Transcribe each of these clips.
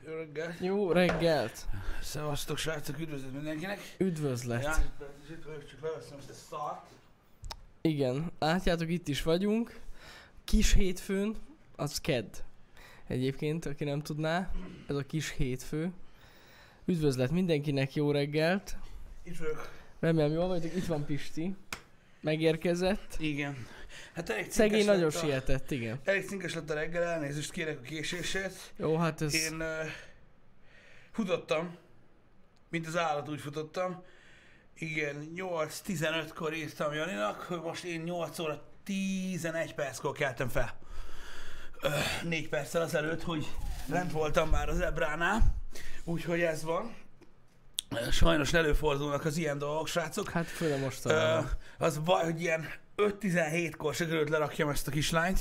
Jó reggelt. Jó reggelt. Szevasztok, srácok, üdvözlet mindenkinek. Üdvözlet. Ja, csak leveszem ezt a szart. Igen, látjátok, itt is vagyunk. Kis hétfőn, az kedd. Egyébként, aki nem tudná, ez a kis hétfő. Üdvözlet mindenkinek, jó reggelt. Itt vagyok. Remélem jól vagytok, itt van Pisti. Megérkezett. Igen. Hát elég Szegény cinkes nagyon lett sietett, igen. Elég cinkes lett a reggel, elnézést kérek a késésért. Jó, hát ez... Én futottam, mint az állat úgy futottam. Igen, 8:15-kor írtam Janinak, hogy most én 8 óra 11 perckor keltem fel. 4 perccel azelőtt, hogy lent voltam már az Ebránál. Úgyhogy ez van. Sajnos előfordulnak az ilyen dolgok, srácok. Hát főleg mostanában. Az baj, hogy ilyen 5:17-kor sikerült lerakjam ezt a kislányt,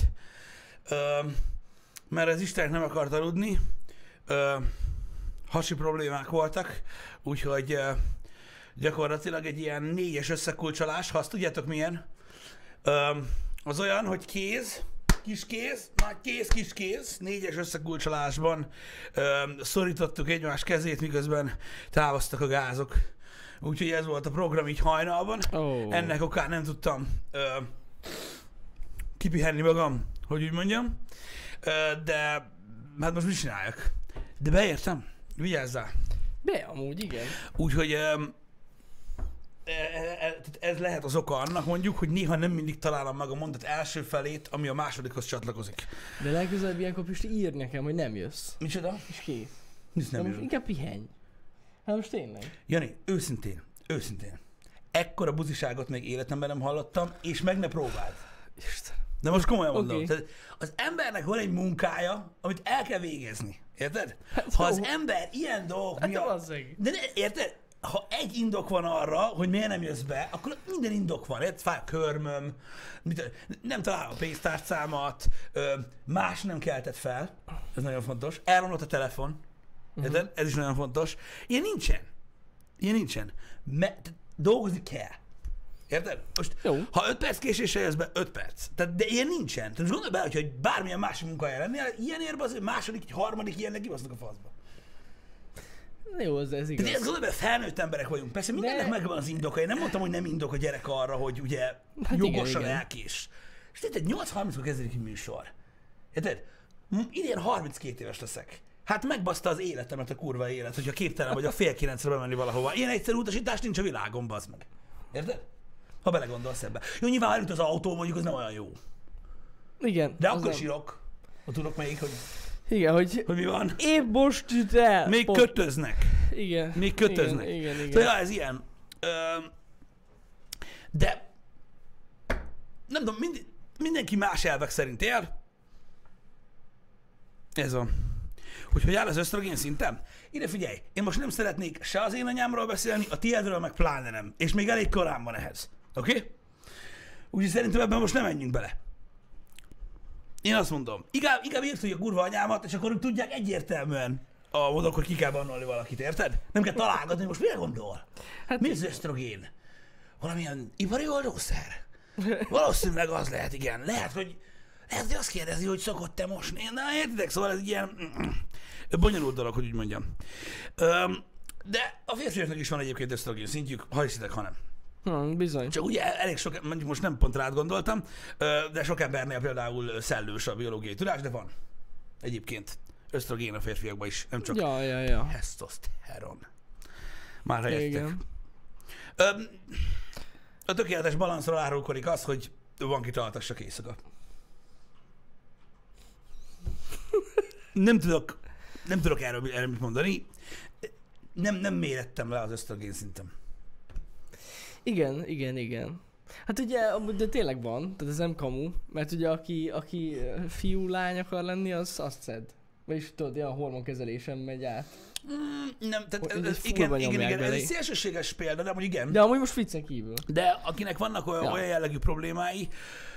mert az Isten nem akart aludni, hasi problémák voltak, úgyhogy gyakorlatilag egy ilyen 4-es összekulcsolás, ha azt tudjátok milyen, az olyan, hogy kéz, kis kéz, nagy kéz, kis kéz, 4-es összekulcsolásban szorítottuk egymás kezét, miközben távoztak a gázok. Úgyhogy ez volt a program így hajnalban. Oh. Ennek okán nem tudtam kipihenni magam, hogy úgy mondjam. De hát most mit csináljak? De beértem. Vigyázzál. Be, amúgy igen. Úgyhogy ez lehet az oka annak mondjuk, hogy néha nem mindig találom meg a mondat első felét, ami a másodikhoz csatlakozik. De legközelebb ilyenkor Pisti ír nekem, hogy nem jössz. Micsoda? És kész. Nincs De nem most jövök. inkább pihenj. Hát most tényleg. Jani, őszintén. Ekkora buziságot még életemben nem hallottam, és meg ne próbáld. Isten. De most komolyan mondom. Oké. Tehát az embernek van egy munkája, amit el kell végezni. Érted? Hát Ha jó. az ember ilyen dolgok Hát miatt... bazzeg. De érted? Ha egy indok van arra, hogy miért nem jössz be, akkor minden indok van. Érted? Fáj a körmöm, nem találom a pénztárcámat, más nem keltett fel. Ez nagyon fontos. Elromlott a telefon. Érted? Ez is nagyon fontos. Ilyen nincsen. Dolgozni kell. Érted? Most, Jó. ha 5 perc késéssel jössz be, 5 perc. Tehát, de ilyen nincsen. Tehát most gondolj bele, hogy bármilyen másik munkája lennél, ilyen érve az második, egy harmadik ilyennek kibasznak a faszba. Jó, ez Tehát igaz. ezt gondolj bele, felnőtt emberek vagyunk. Persze mindennek De- megvan az indoka. Én nem mondtam, hogy nem indok a gyerek arra, hogy ugye Hát jogosan igen. elkés. És érted, 8:30-kor kezdődik egy műsor. Érted? Idén 32 éves leszek. Hát megbaszta az életemet a kurva élet, hogyha képtelen vagy a fél 9-re bemenni valahova. Ilyen egyszerű utasítás nincs a világon, bazd meg. Érted? Ha belegondolsz ebbe. Jó, nyilván ha előtt az autó, mondjuk az nem olyan jó. Igen. De az akkor nem- sírok. Ha tudok melyik, Igen, hogy hogy mi van. épp most üt el. Még Pont. kötöznek. Igen. Még kötöznek. Igen. Szóval ja, ez ilyen. De nem tudom, mindenki más elvek szerint él. Ez van. Hogy áll az ösztrogén szintem? Ide figyelj, én most nem szeretnék se az én anyámról beszélni, a tiédről meg pláne nem. És még elég korán van ehhez. Oké? Okay? Úgyhogy szerintem ebben most nem menjünk bele. Én azt mondom, inkább írtulja a kurva anyámat, és akkor ők tudják egyértelműen a módon, hogy ki kell bannolni valakit, érted? Nem kell találgatni, hogy most mire gondol? Hát- Mi az ösztrogén? Valamilyen ipari oldószer? Valószínűleg az lehet, igen. Lehet, hogy azt kérdezi, hogy szokott-e mosni. Na, értitek? Szóval ez egy ilyen bonyolult dolog, hogy úgy mondjam. De a férfiaknak is van egyébként ösztrogén szintjük, ha hiszitek, ha nem. Bizony. Csak ugye elég sok, mondjuk most nem pont rád gondoltam, de sok embernél például szellős a biológiai tudás, de van. Egyébként ösztrogén a férfiakban is, nem csak Ja. testoszteron. Már rájöttek. Igen. A tökéletes balanszról árulkodik az, hogy van kitaláltassak éjszaka. Nem tudok erről mit mondani. Nem mérettem le az ösztrogén szintem. Igen. Hát ugye, amúgy, de tényleg van, tehát ez nem kamu, mert ugye aki fiú, lány akar lenni, az azt szed. Vagyis tudod, ilyen hormonkezelésen megy át. Nem, tehát Hogy így igen, fullba nyomják ez belé. egy szélsőséges példa, de mondjuk igen. De amúgy most viccen kívül. De akinek vannak olyan jellegű problémái,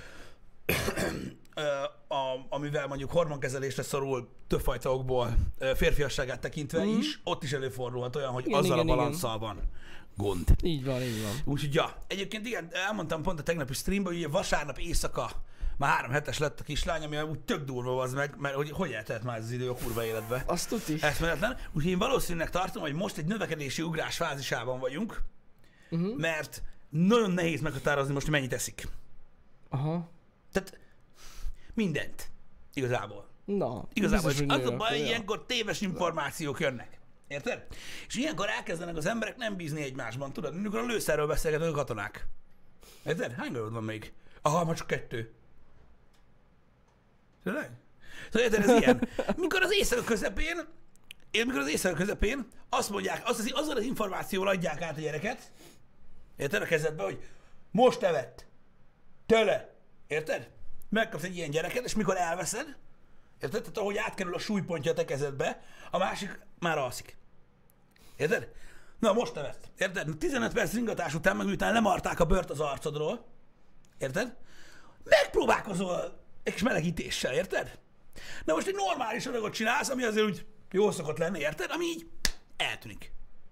amivel mondjuk hormonkezelésre szorul többfajta okból férfiasságát tekintve is, ott is előfordulhat olyan, hogy Igen, azzal igen, a balansszal van gond. Így van. Úgyhogy ja, egyébként igen, elmondtam pont a tegnapi streamben, hogy ugye vasárnap éjszaka Már 3 hetes lett a kislány, ami úgy tök durva az meg, mert hogy eltelt már ez az idő a kurva életbe. Azt tuti. Eszméletlen. Úgyhogy én valószínűleg tartom, hogy most egy növekedési ugrás fázisában vagyunk, mert nagyon nehéz meghatározni most, mennyit eszik. Aha. Tehát mindent. Igazából. Na, Igazából. biztos, És hogy az a nő, baj, hogy ja. ilyenkor téves információk jönnek. Érted? És ilyenkor elkezdenek az emberek nem bízni egymásban, tudod? Amikor a lőszerről beszélgetnek a katonák. Érted? Hány lövöd van még? Aha, már csak 2. Tényleg? Szóval érted, ez ilyen. Mikor az éjszaka közepén azt mondják, azzal az információval adják át a gyereket, érted, a kezedbe, hogy most evett, tőle, érted? Megkapsz egy ilyen gyereket, és mikor elveszed, érted? Tehát ahogy átkerül a súlypontja a te kezedbe, a másik már alszik. Érted? Na, most evett, érted? 15 perc ringatás után, meg miután lemarták a bört az arcodról, érted? Megpróbálkozol egy kis melegítéssel, érted? Na most egy normális adagot csinálsz, ami azért úgy jól szokott lenni, érted? Ami így eltűnik.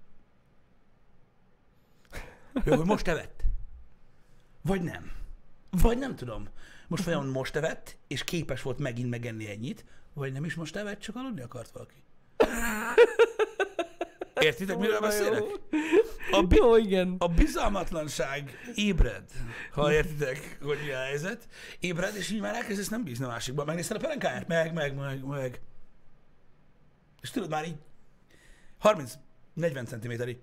Jó, hogy most evett. Vagy nem. Vagy nem tudom. Most vajon most evett, és képes volt megint megenni ennyit, vagy nem is most evett, csak aludni akart valaki. Értitek, miről beszélek? Jó, igen. A bizalmatlanság ébred, ha értitek, hogy mi a helyzet. Ébred, és így már elkezdesz nem bízni a másikban. Megnézted a pelenkáját? Meg. És tudod, már így 30-40 centiméterig.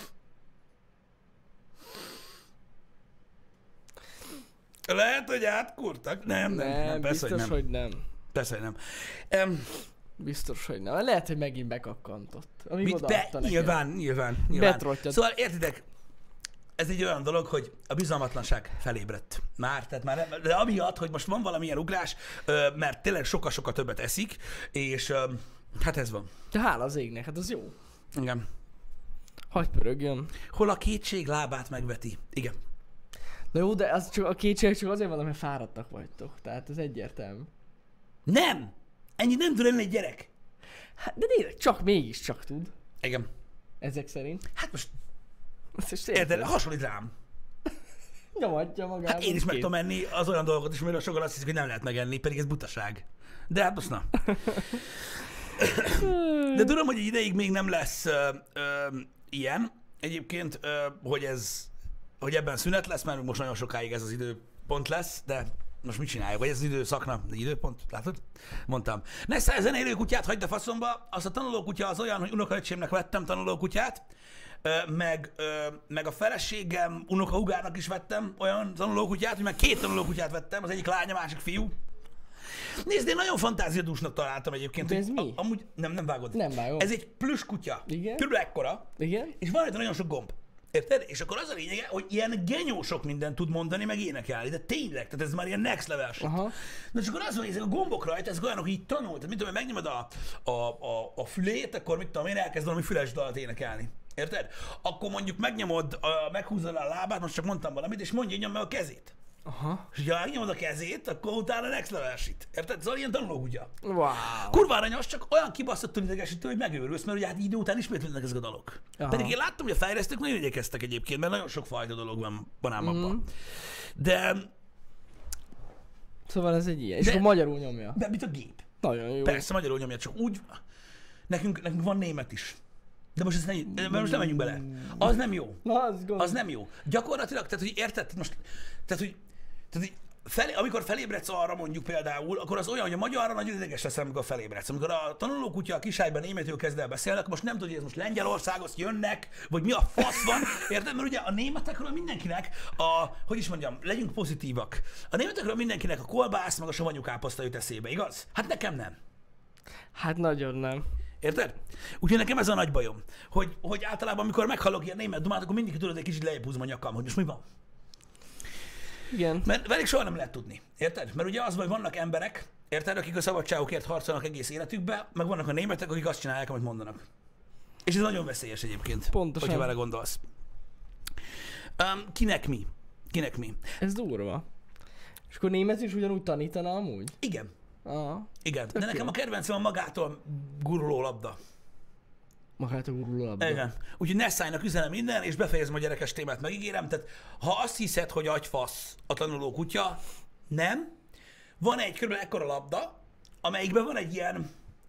Lehet, hogy átkurtak? Nem, persze, biztos, hogy nem. hogy nem. Persze, hogy nem. Biztos, hogy nem. Lehet, hogy megint bekakkantott. Amíg odaadta neked. Nyilván. Betrottyad. Szóval értitek, ez egy olyan dolog, hogy a bizalmatlanság felébredt már, tehát már nem, de amiatt, hogy most van valamilyen ugrás, mert tényleg sokkal többet eszik, és hát ez van. De hála az égnek, hát az jó. Igen. Hagy pörögjön. Hol a kétség lábát megveti. Igen. Na jó, de az csak, a kétség csak azért van, mert fáradtak vagytok. Tehát ez egyértelmű. Nem! Ennyi nem tud lenni egy gyerek. Hát, de nézd, csak mégiscsak tud. Igen. Ezek szerint. Hát most Azt is érted, hasonlít rám. Nyomadja magát. Hát én is meg tudom enni az olyan dolgokat is, amiről sokan azt hiszik, hogy nem lehet megenni, pedig ez butaság. De hát most na. De tudom, hogy egy ideig még nem lesz ilyen. Egyébként, hogy ebben szünet lesz, mert most nagyon sokáig ez az időpont lesz, de most mit csináljuk? Vagy ez az időszakna? Egy időpont? Látod? Mondtam. Nesze, ezen élő kutyát hagyd a faszomba. Az a tanulókutya az olyan, hogy unokaöcsémnek vettem tanulókutyát, meg a feleségem unokahúgának is vettem olyan tanulókutyát, hogy meg 2 tanulókutyát vettem, az egyik lány, a másik fiú. Nézd, én nagyon fantáziadúsnak találtam egyébként. De ez mi? Amúgy nem vágod. Nem vágom. Ez egy plüss kutya. Igen? Körülbelül ekkora. Igen? És van rajta nagyon sok gomb. Érted? És akkor az a lényege, hogy ilyen genyó sok mindent tud mondani, meg énekelni. De tényleg, tehát ez már ilyen next level shit. Aha. Na csak akkor az van, hogy ezek a gombok rajta, ezek olyanok, hogy így tanult. Tehát mit tudom, hogy megnyomod a fülét, akkor mit tudom én, elkezd valami füles dalt énekelni. Érted? Akkor mondjuk megnyomod, meghúzod a lábát, most csak mondtam valamit, és mondja, nyomd meg a kezét. Aha. És ha megnyomod a kezét, akkor utána next level shit. Érted? Szóval ilyen tanulókutya. Wow. Kurva aranyos, csak olyan kibaszottul idegesítő, hogy megőrülsz, mert ugye hát idő után ismétlődnek ezek a dalok. Aha. Pedig én láttam, hogy a fejlesztők nagyon igyekeztek egyébként, mert nagyon sok fajta dolog van ám abban. De Szóval ez egy ilyen. És akkor magyarul nyomja. de mit a gép? Nagyon jó. Persze, magyarul nyomja, csak úgy, nekünk van német is. De most, most nem menjünk bele. Az nem jó. Na, az gond. Az nem jó. Gyakorlatilag, tehát, hogy érted? Most, tehát, hogy amikor felébredsz arra mondjuk például, akkor az olyan, hogy a magyarra nagyon ideges leszel, amikor felébredsz. Amikor a tanulókutya a kisályban németül kezd el beszélni, akkor most nem tudod, hogy ez most Lengyelországhoz jönnek, vagy mi a fasz van, érted? Mert ugye a németekről mindenkinek, hogy is mondjam, legyünk pozitívak. A németekről mindenkinek a kolbász, meg a savanyú káposzta jut eszébe, igaz? Hát nekem nem. Hát nagyon nem. Érted? Úgyhogy nekem ez a nagy bajom, hogy általában, amikor meghallok ilyen német dumát, akkor mindig tudod, egy kicsit lejjebb húzom a nyakam, hogy most mi van. Igen. Mert velük soha nem lehet tudni. Érted? Mert ugye az, hogy vannak emberek, érted, akik a szabadságokért harcolnak egész életükbe, meg vannak a németek, akik azt csinálják, amit mondanak. És ez nagyon veszélyes egyébként, Pontosan. hogyha vele gondolsz. Kinek mi? Kinek mi? Ez durva. És akkor német is ugyanúgy tanítana amúgy? Igen. Aha. Igen. De Tök nekem jó. a kedvencem a magától guruló labda. Magát a guruló labda. Igen. Úgyhogy Nessájnak üzenem minden, és befejezem a gyerekes témát, megígérem. Tehát ha azt hiszed, hogy agyfasz a tanuló kutya, nem. van egy körülbelül ekkora labda, amelyikben van egy ilyen,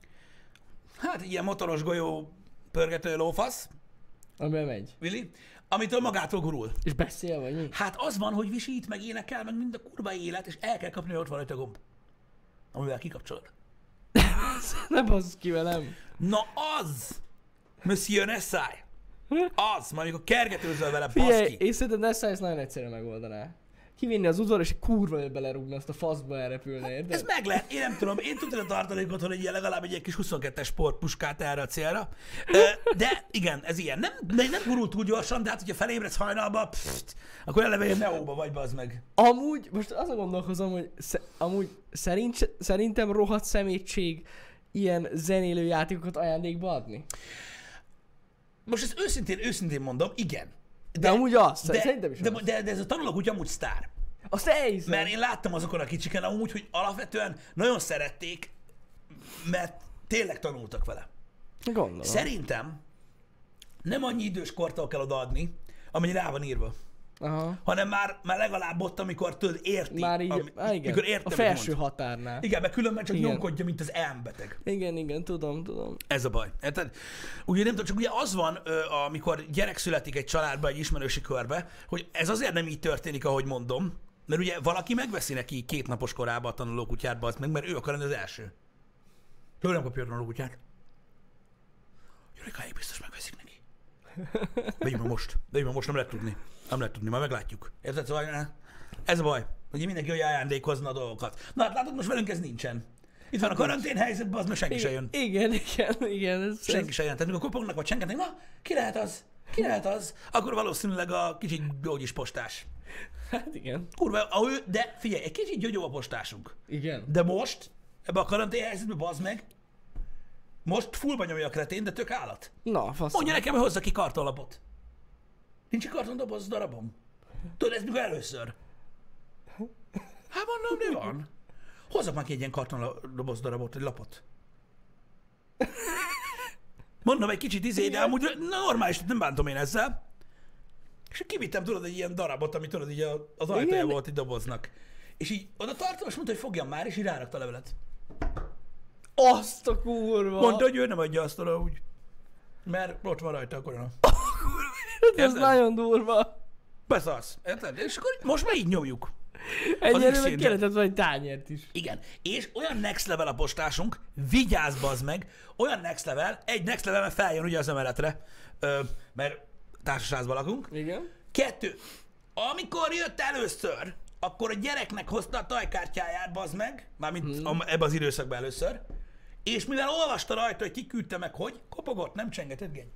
hát egy ilyen motoros golyó pörgető lófasz, Amiben megy. Vili, amitől magától gurul. És beszél, vagy mi? Hát az van, hogy visít, meg énekel, meg mind a kurva élet, és el kell kapni, hogy ott van rajta a gomb, amivel kikapcsolod. Ne bassz ki velem. Na az, Monsieur Nessai, az, majd amikor kergetőzöl vele, Figyelj, baszki. és szerintem Nessa ezt nagyon egyszerűen megoldaná. Kivinni az udvar, és kurva belerúgni, azt a faszba elrepülne, érted? Ez meg lehet, én nem tudom, én tudtam tartanék otthon egy ilyen legalább egy kis 22-es sportpuskát erre a célra. De igen, ez ilyen. Nem gurul túl gyorsan, de hát hogyha felébredsz hajnalba, akkor eleve ilyen neóba vagy, bazd meg. Amúgy, most azon gondolkozom, hogy amúgy szerintem rohadt szemétség ilyen zenélő játékokat ajándékba adni. Most ezt őszintén mondom, igen. De amúgy az, szerintem is az. De ez a tanulókutya amúgy sztár. Azt elhiszem. Mert én láttam azokon a kicsiken amúgy, hogy alapvetően nagyon szerették, mert tényleg tanultak vele. Gondolom. Szerintem nem annyi idős kortól kell odaadni, amennyi rá van írva. Aha. Hanem már legalább ott, amikor tudod érti. Már így, igen. Mikor értem, a felső határnál. Igen, mert különben csak Igen. nyomkodja, mint az elmbeteg. Igen, tudom. Ez a baj. Érted? Ugye nem tudom, csak ugye az van, amikor gyerek születik egy családba, egy ismerősi körbe, hogy ez azért nem így történik, ahogy mondom, mert ugye valaki megveszi neki 2 napos korában a tanulókutyát, azt meg, mert ő akar lenni az első. Ő nem kapja a tanulókutyát. Jurikáig biztos megveszik neki. Vegyük meg most, nem lehet tudni. Nem lehet tudni, majd meglátjuk. Érted? Szóval ez a baj, hogy mindenki olyan ajándékozna a dolgokat. Na hát látod, most velünk ez nincsen. Itt van a karantén helyzetben, az meg senki se jön. Igen. Senki se jön. Tehát mikor kopognak, vagy csengetnek, na, ki lehet az? Akkor valószínűleg a kicsi gyógyis postás. Hát igen. Kurva, de figyelj, egy kicsit gyógyó a postásunk. Igen. De most, ebben a karantén helyzetben, bazd meg, most fullba nyomja a kretén, de tök állat. Na, fasz. Mondja nekem, hogy hozza ki kartonlapot. Nincs egy kartondoboz darabom? Tudod, ez mikor először? Hát mondom, mi van? Hozzak már ki egy ilyen kartondoboz darabot, egy lapot. Mondom, egy kicsit de amúgy normális, nem bántom én ezzel. És kivittem, tudod, egy ilyen darabot, ami tudod, így az ajtaja volt egy doboznak. És így oda tartom, és mondta, hogy fogjam már, és így rárakta a levelet. Azt a kurva! Mondta, hogy ő nem adja azt oda úgy. Mert ott van rajta a korona. Ez nagyon durva. Beszarsz, érted? És akkor most már így nyomjuk. Egyelőre meg kellett volna egy tányért is. Igen. És olyan next level a postásunk, vigyázz bazd meg, olyan next level, egy next level, mert feljön ugye az emeletre, mert társaságban lakunk. Igen. 2. Amikor jött először, akkor a gyereknek hozta a tajkártyáját, bazd meg, mármint ebbe az időszakban először, és mivel olvasta rajta, hogy kiküldte meg, hogy kopogott, nem csengetett gény.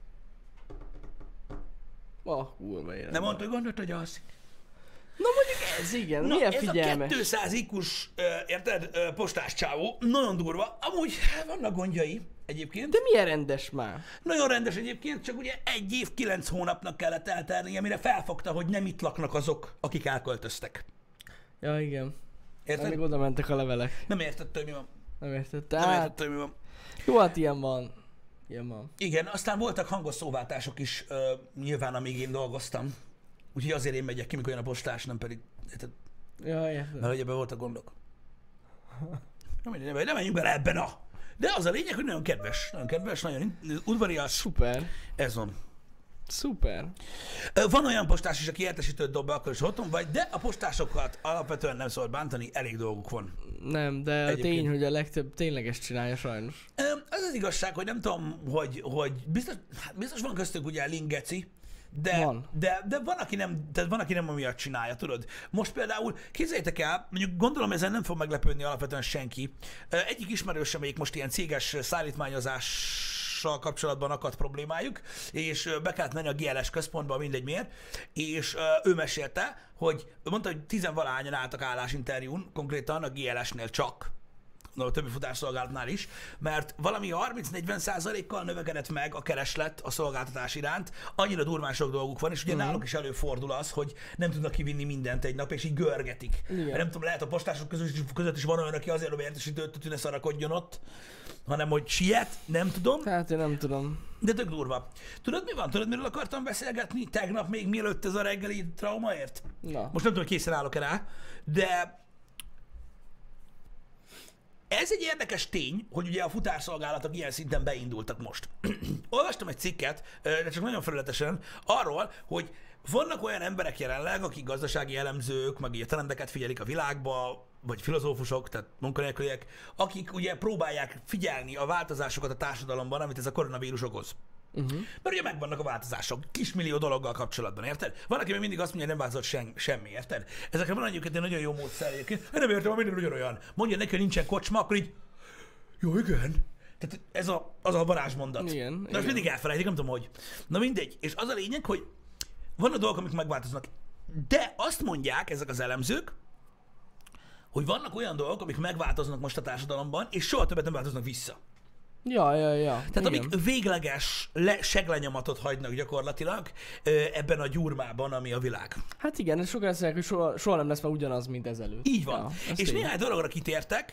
Kurva élet. Nem mondta, hogy gondolt, hogy alszik. Na mondjuk ez igen, Na, milyen ez figyelmes. a 200 IQ-s, érted, postás csávó, nagyon durva. Amúgy vannak gondjai egyébként. De milyen rendes már? Nagyon rendes egyébként, csak ugye 1 év 9 hónapnak kellett eltelnie, mire felfogta, hogy nem itt laknak azok, akik elköltöztek. Ja, igen. Érted? Amíg oda mentek a levelek. Nem értette, hogy mi van. Nem értette. Nem Hát, értette, hogy mi van. jó, hát ilyen van. Igen, aztán voltak hangos szóváltások is, nyilván amíg én dolgoztam. Úgyhogy azért én megyek ki, mikor jön a postás, nem pedig, érted? Ja, érted. Mert ugye ebben voltak gondok. Nem menjünk bele ebben De az a lényeg, hogy nagyon kedves, nagyon udvarias. Szuper. Ez van. Szuper. Van olyan postás is, aki értesítőt dob be, akkor is otthon vagy, de a postásokat alapvetően nem szabad bántani, elég dolguk van. Nem, de a tény, hogy a legtöbb tényleg ezt csinálja sajnos. Az az igazság, hogy nem tudom, hogy biztos van köztük ugye lingeci, de van, aki nem, tehát van, aki nem amiatt csinálja, tudod. Most például, képzeljétek el, mondjuk gondolom ezen nem fog meglepődni alapvetően senki. Egyik ismerősöm, amelyik most ilyen céges szállítmányozással kapcsolatban akadt problémájuk, és be kellett menni a GLS központba, mindegy miért, és ő mesélte, hogy mondta, hogy 10-valahányan álltak állásinterjún, konkrétan a GLS-nél csak, a többi futásszolgálatnál is, mert valami 30-40%-kal növekedett meg a kereslet a szolgáltatás iránt, annyira durván sok dolguk van, és ugye náluk is előfordul az, hogy nem tudnak kivinni mindent egy nap, és így görgetik. Mert nem tudom, lehet a postások között is van olyan, aki azért, hogy értesítőt, hogy ne szarakodjon ott, hanem hogy siet, nem tudom. Hát én nem tudom. De tök durva. Tudod mi van? Tudod, miről akartam beszélgetni tegnap még mielőtt ez a reggeli traumaért? Na. Most nem tudom, hogy készen állok-e rá, de ez egy érdekes tény, hogy ugye a futárszolgálatok ilyen szinten beindultak most. Olvastam egy cikket, de csak nagyon felületesen, arról, hogy vannak olyan emberek jelenleg, akik gazdasági elemzők, meg így a trendeket figyelik a világba, vagy filozófusok, tehát munkanélküliek, akik ugye próbálják figyelni a változásokat a társadalomban, amit ez a koronavírus okoz. Mert ugye megvannak a változások, kismillió dologgal kapcsolatban, érted? Van, aki még mindig azt mondja, hogy nem változott semmi, érted? Ezekre van egyébként egy nagyon jó módszer egyébként. Én nem értem, hogy minden ugyanolyan. Mondja neki, hogy nincsen kocsma, akkor így, jó, igen. Tehát ez az a varázsmondat. Igen, de most mindig elfelejtik, nem tudom, hogy. Na mindegy. És az a lényeg, hogy vannak dolgok, amik megváltoznak. De azt mondják ezek az elemzők, hogy vannak olyan dolgok, amik megváltoznak most a társadalomban, és soha többet nem változnak vissza. Ja. Tehát igen. amik végleges seglenyomatot hagynak gyakorlatilag ebben a gyurmában, ami a világ. Hát igen, sokan azt mondják, hogy soha nem lesz már ugyanaz, mint ezelőtt. Így van. Ja, És néhány dologra kitértek,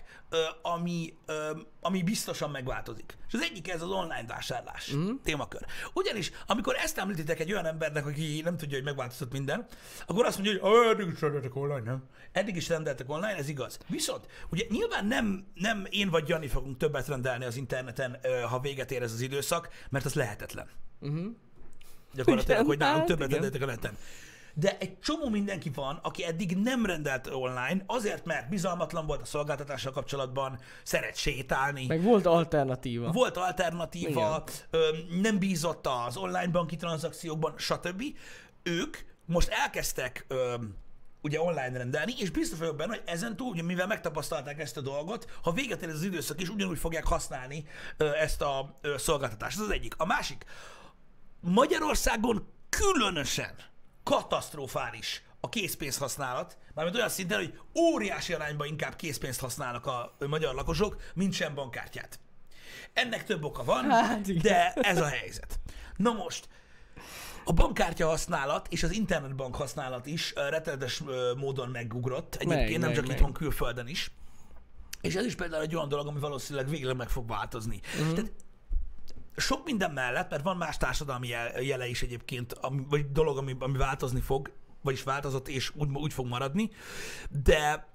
ami biztosan megváltozik. És az egyik ez az online vásárlás témakör. Ugyanis, amikor ezt említitek egy olyan embernek, aki nem tudja, hogy megváltozott minden, akkor azt mondja, hogy eddig is rendeltek online, nem? Eddig is rendeltek online, ez igaz. Viszont, ugye nyilván nem én vagy Jani fogunk többet rendelni az interneten, ha véget ér ez az időszak, mert az lehetetlen. Gyakorlatilag, hogy nálunk többet rendeltek a neten. De egy csomó mindenki van, aki eddig nem rendelt online, azért, mert bizalmatlan volt a szolgáltatással kapcsolatban, szeret sétálni. Meg volt alternatíva. Volt alternatíva, nem bízott az online banki tranzakciókban, stb. Ők most elkezdtek ugye online rendelni, és biztos vagyok benne, hogy ezentúl, ugye, mivel megtapasztalták ezt a dolgot, ha véget ér ez az időszak is, ugyanúgy fogják használni ezt a szolgáltatást. Ez az egyik. A másik, Magyarországon különösen katasztrofális a készpénz használat, mármint olyan szinten, hogy óriási arányban inkább készpénzt használnak a magyar lakosok, mint sem bankkártyát. Ennek több oka van, de ez a helyzet. Na most, a bankkártya használat és az internetbank használat is rettenetes módon megugrott, egyébként nem csak itthon, külföldön is. És ez is például egy olyan dolog, ami valószínűleg végleg meg fog változni. Tehát sok minden mellett, mert van más társadalmi jele is egyébként, vagy dolog, ami változni fog, vagyis változott, és úgy fog maradni, de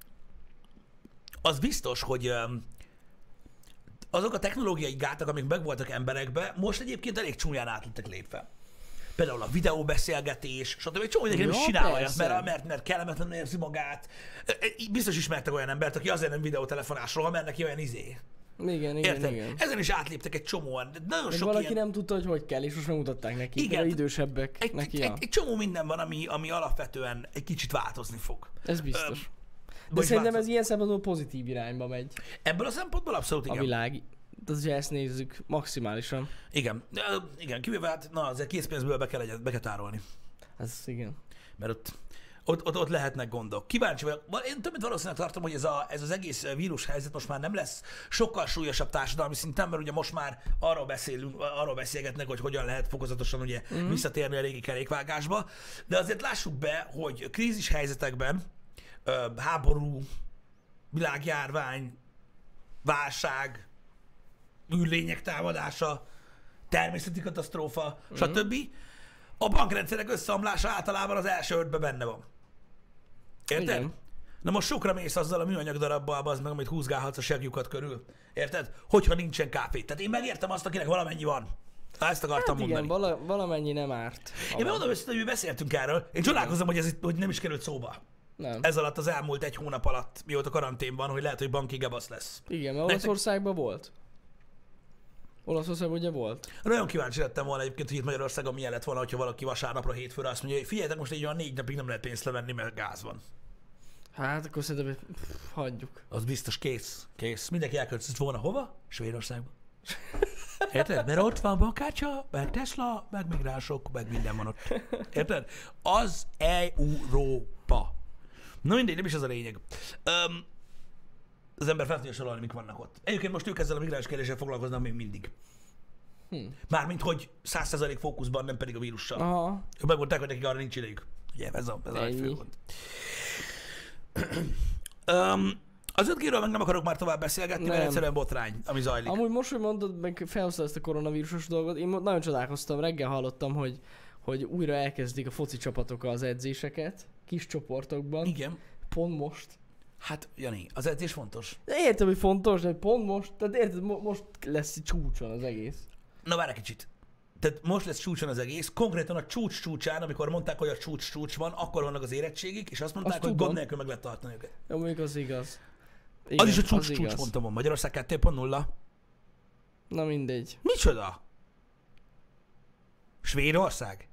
az biztos, hogy azok a technológiai gátak, amik megvoltak emberekbe, most egyébként elég csúnyán át lettek lépve. Például a videóbeszélgetés, stb. Egy csomó mindenki nem is csinál olyat, mert kellemetlenül érzi magát. Biztos ismertek olyan embert, aki azért nem videótelefonásról, mert neki olyan Igen. Ezen is átléptek egy csomóan. Nagyon sok valaki nem tudta, hogy kell, és most megmutatták neki. Igen. Az idősebbek neki. Egy csomó minden van, ami alapvetően egy kicsit változni fog. Ez biztos. De szerintem ez ilyen szempontból pozitív irányba megy. Ebből a szempontból abszolút igen. A világ. De ezt nézzük maximálisan. Igen, kivéve hát, azért készpénzből be kell tárolni. Ez igen. Mert ott lehetnek gondok. Kíváncsi vagyok. Én több mint valószínűleg tartom, hogy ez az egész vírus helyzet most már nem lesz sokkal súlyosabb társadalmi szinten, mert ugye most már arról beszélgetnek, hogy hogyan lehet fokozatosan ugye visszatérni a régi kerékvágásba. De azért lássuk be, hogy krízis helyzetekben háború, világjárvány, válság, űrlények támadása, természeti katasztrófa, stb. A bankrendszerek összeomlása általában az első ötben benne van. Érted? Igen. Na most sokra mész azzal a műanyag darabbal, az meg, amit húzgálhatsz a segjukat körül. Érted? Hogyha nincsen kávé. Tehát én megértem azt, akinek valamennyi van. Ezt akartam mondani. Igen, valamennyi nem árt. Én megmondom össze, hogy mi beszéltünk erről. Én csodálkozom, hogy nem is került szóba. Nem. Ez alatt az elmúlt egy hónap alatt, mióta karanténban, hogy lehet, hogy banki gebasz lesz. Igen, mert Olaszországban volt. Olaszországban ugye volt? Nagyon kíváncsi lettem volna egyébként, hogy itt Magyarországon milyen lett volna, hogyha valaki vasárnapra, hétfőre azt mondja, hogy figyeljetek, most egy olyan 4 napig nem lehet pénzt levenni, mert gáz van. Hát akkor szerintem, hogy hagyjuk. Az biztos kész. Mindenki elköltözött volna hova? Svédországba. Érted? Mert ott van bankkártya, meg Tesla, meg migránsok, meg minden van ott. Érted? Az Európa. Na mindegy, nem is az a lényeg. Az ember fel tudja sorolni, mik vannak ott. Egyébként most ők ezzel a migráns kérdéssel foglalkoznak még mindig. Mármint, hogy 100% fókuszban, nem pedig a vírussal. Aha. Ők megmondták, hogy nekik arra nincs idejük. Ugye, ez a fő gond. Az 5G-ről meg nem akarok már tovább beszélgetni, mert egyszerűen botrány, ami zajlik. Amúgy most, hogy mondod, meg felhoztad ezt a koronavírusos dolgot, én nagyon csodálkoztam, reggel hallottam, hogy újra elkezdik a foci csapatok az edzéseket, kis csoportokban. Igen. Pont most. Hát, Jani, az edzés fontos. De értem, hogy fontos, de pont most, tehát érted, most lesz csúcson az egész. Na várj egy kicsit. Tehát most lesz csúcson az egész, konkrétan a csúcsán, amikor mondták, hogy a csúcs van, akkor vannak az érettségik, és azt mondták, Azt hogy tudom. gond nélkül meg lehet tartani őket. Jó, mondjuk az igaz. Az is a az csúcs igaz. ponton van. Magyarország 2.0. Na mindegy. Micsoda? Svédország?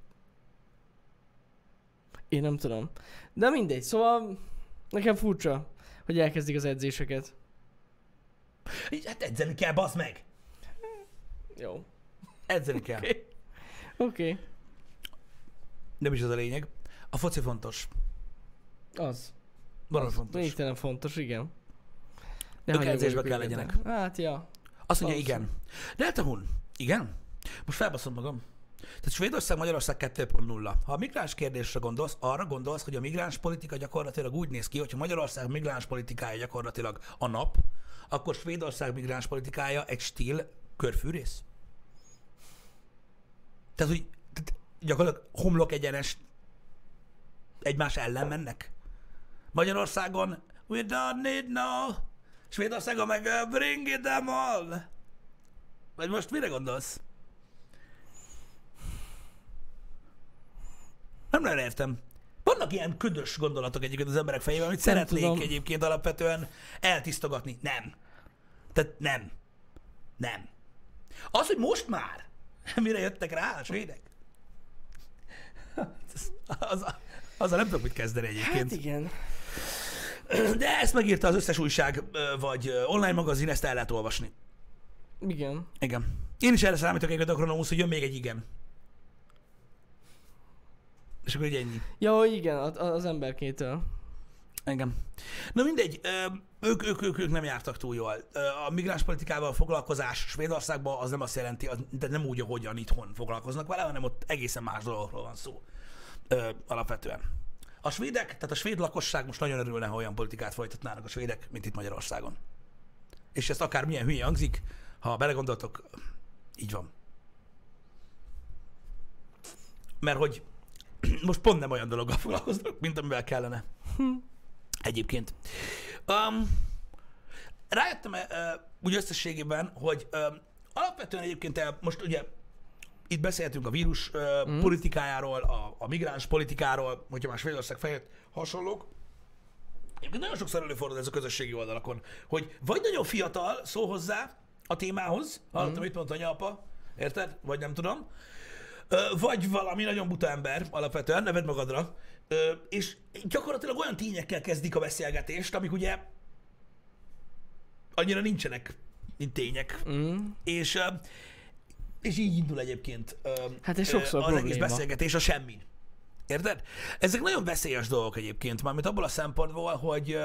Én nem tudom. De mindegy, szóval nekem furcsa, hogy elkezdik az edzéseket. Hát edzeni kell, bazd meg! Jó. Edzeni kell. Oké. Nem is az a lényeg. A foci fontos. Az. Valami fontos. Végtelen fontos, igen. De Ők hagyjuk edzésbe őket. kell legyenek. Hát ja. Azt mondja, Valószínű. igen. Deltahun, igen? Most felbaszom magam. Tehát Svédország, Magyarország 2.0. Ha a migráns kérdésre gondolsz, arra gondolsz, hogy a migráns politika gyakorlatilag úgy néz ki, hogyha Magyarország migráns politikája gyakorlatilag a nap, akkor Svédország migráns politikája egy stíl körfűrész. Tehát, hogy gyakorlatilag homlok egyenes egymás ellen mennek. Magyarországon we don't need no. Svédországon meg bring it them all. Vagy most mire gondolsz? Nem nagyon értem. Vannak ilyen ködös gondolatok egyébként az emberek fejében, amit szeretnék tudom. egyébként alapvetően eltisztogatni. Nem. Tehát nem. Nem. Az, hogy már mire jöttek rá a svédek? Azzal nem tudok mit kezdeni egyébként. Hát igen. De ezt megírta az összes újság, vagy online magazin, ezt el lehet olvasni. Igen. Igen. Én is erre számítok egyébként a Kronomusz, hogy jön még egy igen. És akkor így ennyi. Ja, igen, az emberkétől. Engem. Na mindegy, ők nem jártak túl jól. A migráns politikával a foglalkozás Svédországban az nem azt jelenti, de nem úgy, ahogyan itthon foglalkoznak vele, hanem ott egészen más dolgokról van szó. Alapvetően. A svédek, tehát a svéd lakosság most nagyon örülne, ha olyan politikát folytatnának a svédek, mint itt Magyarországon. És ezt akár milyen hülye hangzik, ha belegondoltok, így van. Mert hogy most pont nem olyan dologgal foglalkoznak, mint amivel kellene. Egyébként. Rájöttem úgy összességében, hogy alapvetően egyébként most ugye itt beszéltünk a vírus politikájáról, a migráns politikáról, hogyha már Svédország fejét hasonlók. Egyébként nagyon sokszor előfordul ez a közösségi oldalakon, hogy vagy nagyon fiatal szól hozzá a témához, hallottam, mit mondta anyapa, érted? Vagy nem tudom. Vagy valami nagyon buta ember, alapvetően, neved magadra, és gyakorlatilag olyan tényekkel kezdik a beszélgetést, amik ugye annyira nincsenek, mint tények. És így indul egyébként Hát ez sokszor az probléma. egész beszélgetés a semmin. Érted? Ezek nagyon veszélyes dolgok egyébként, mármint abból a szempontból, hogy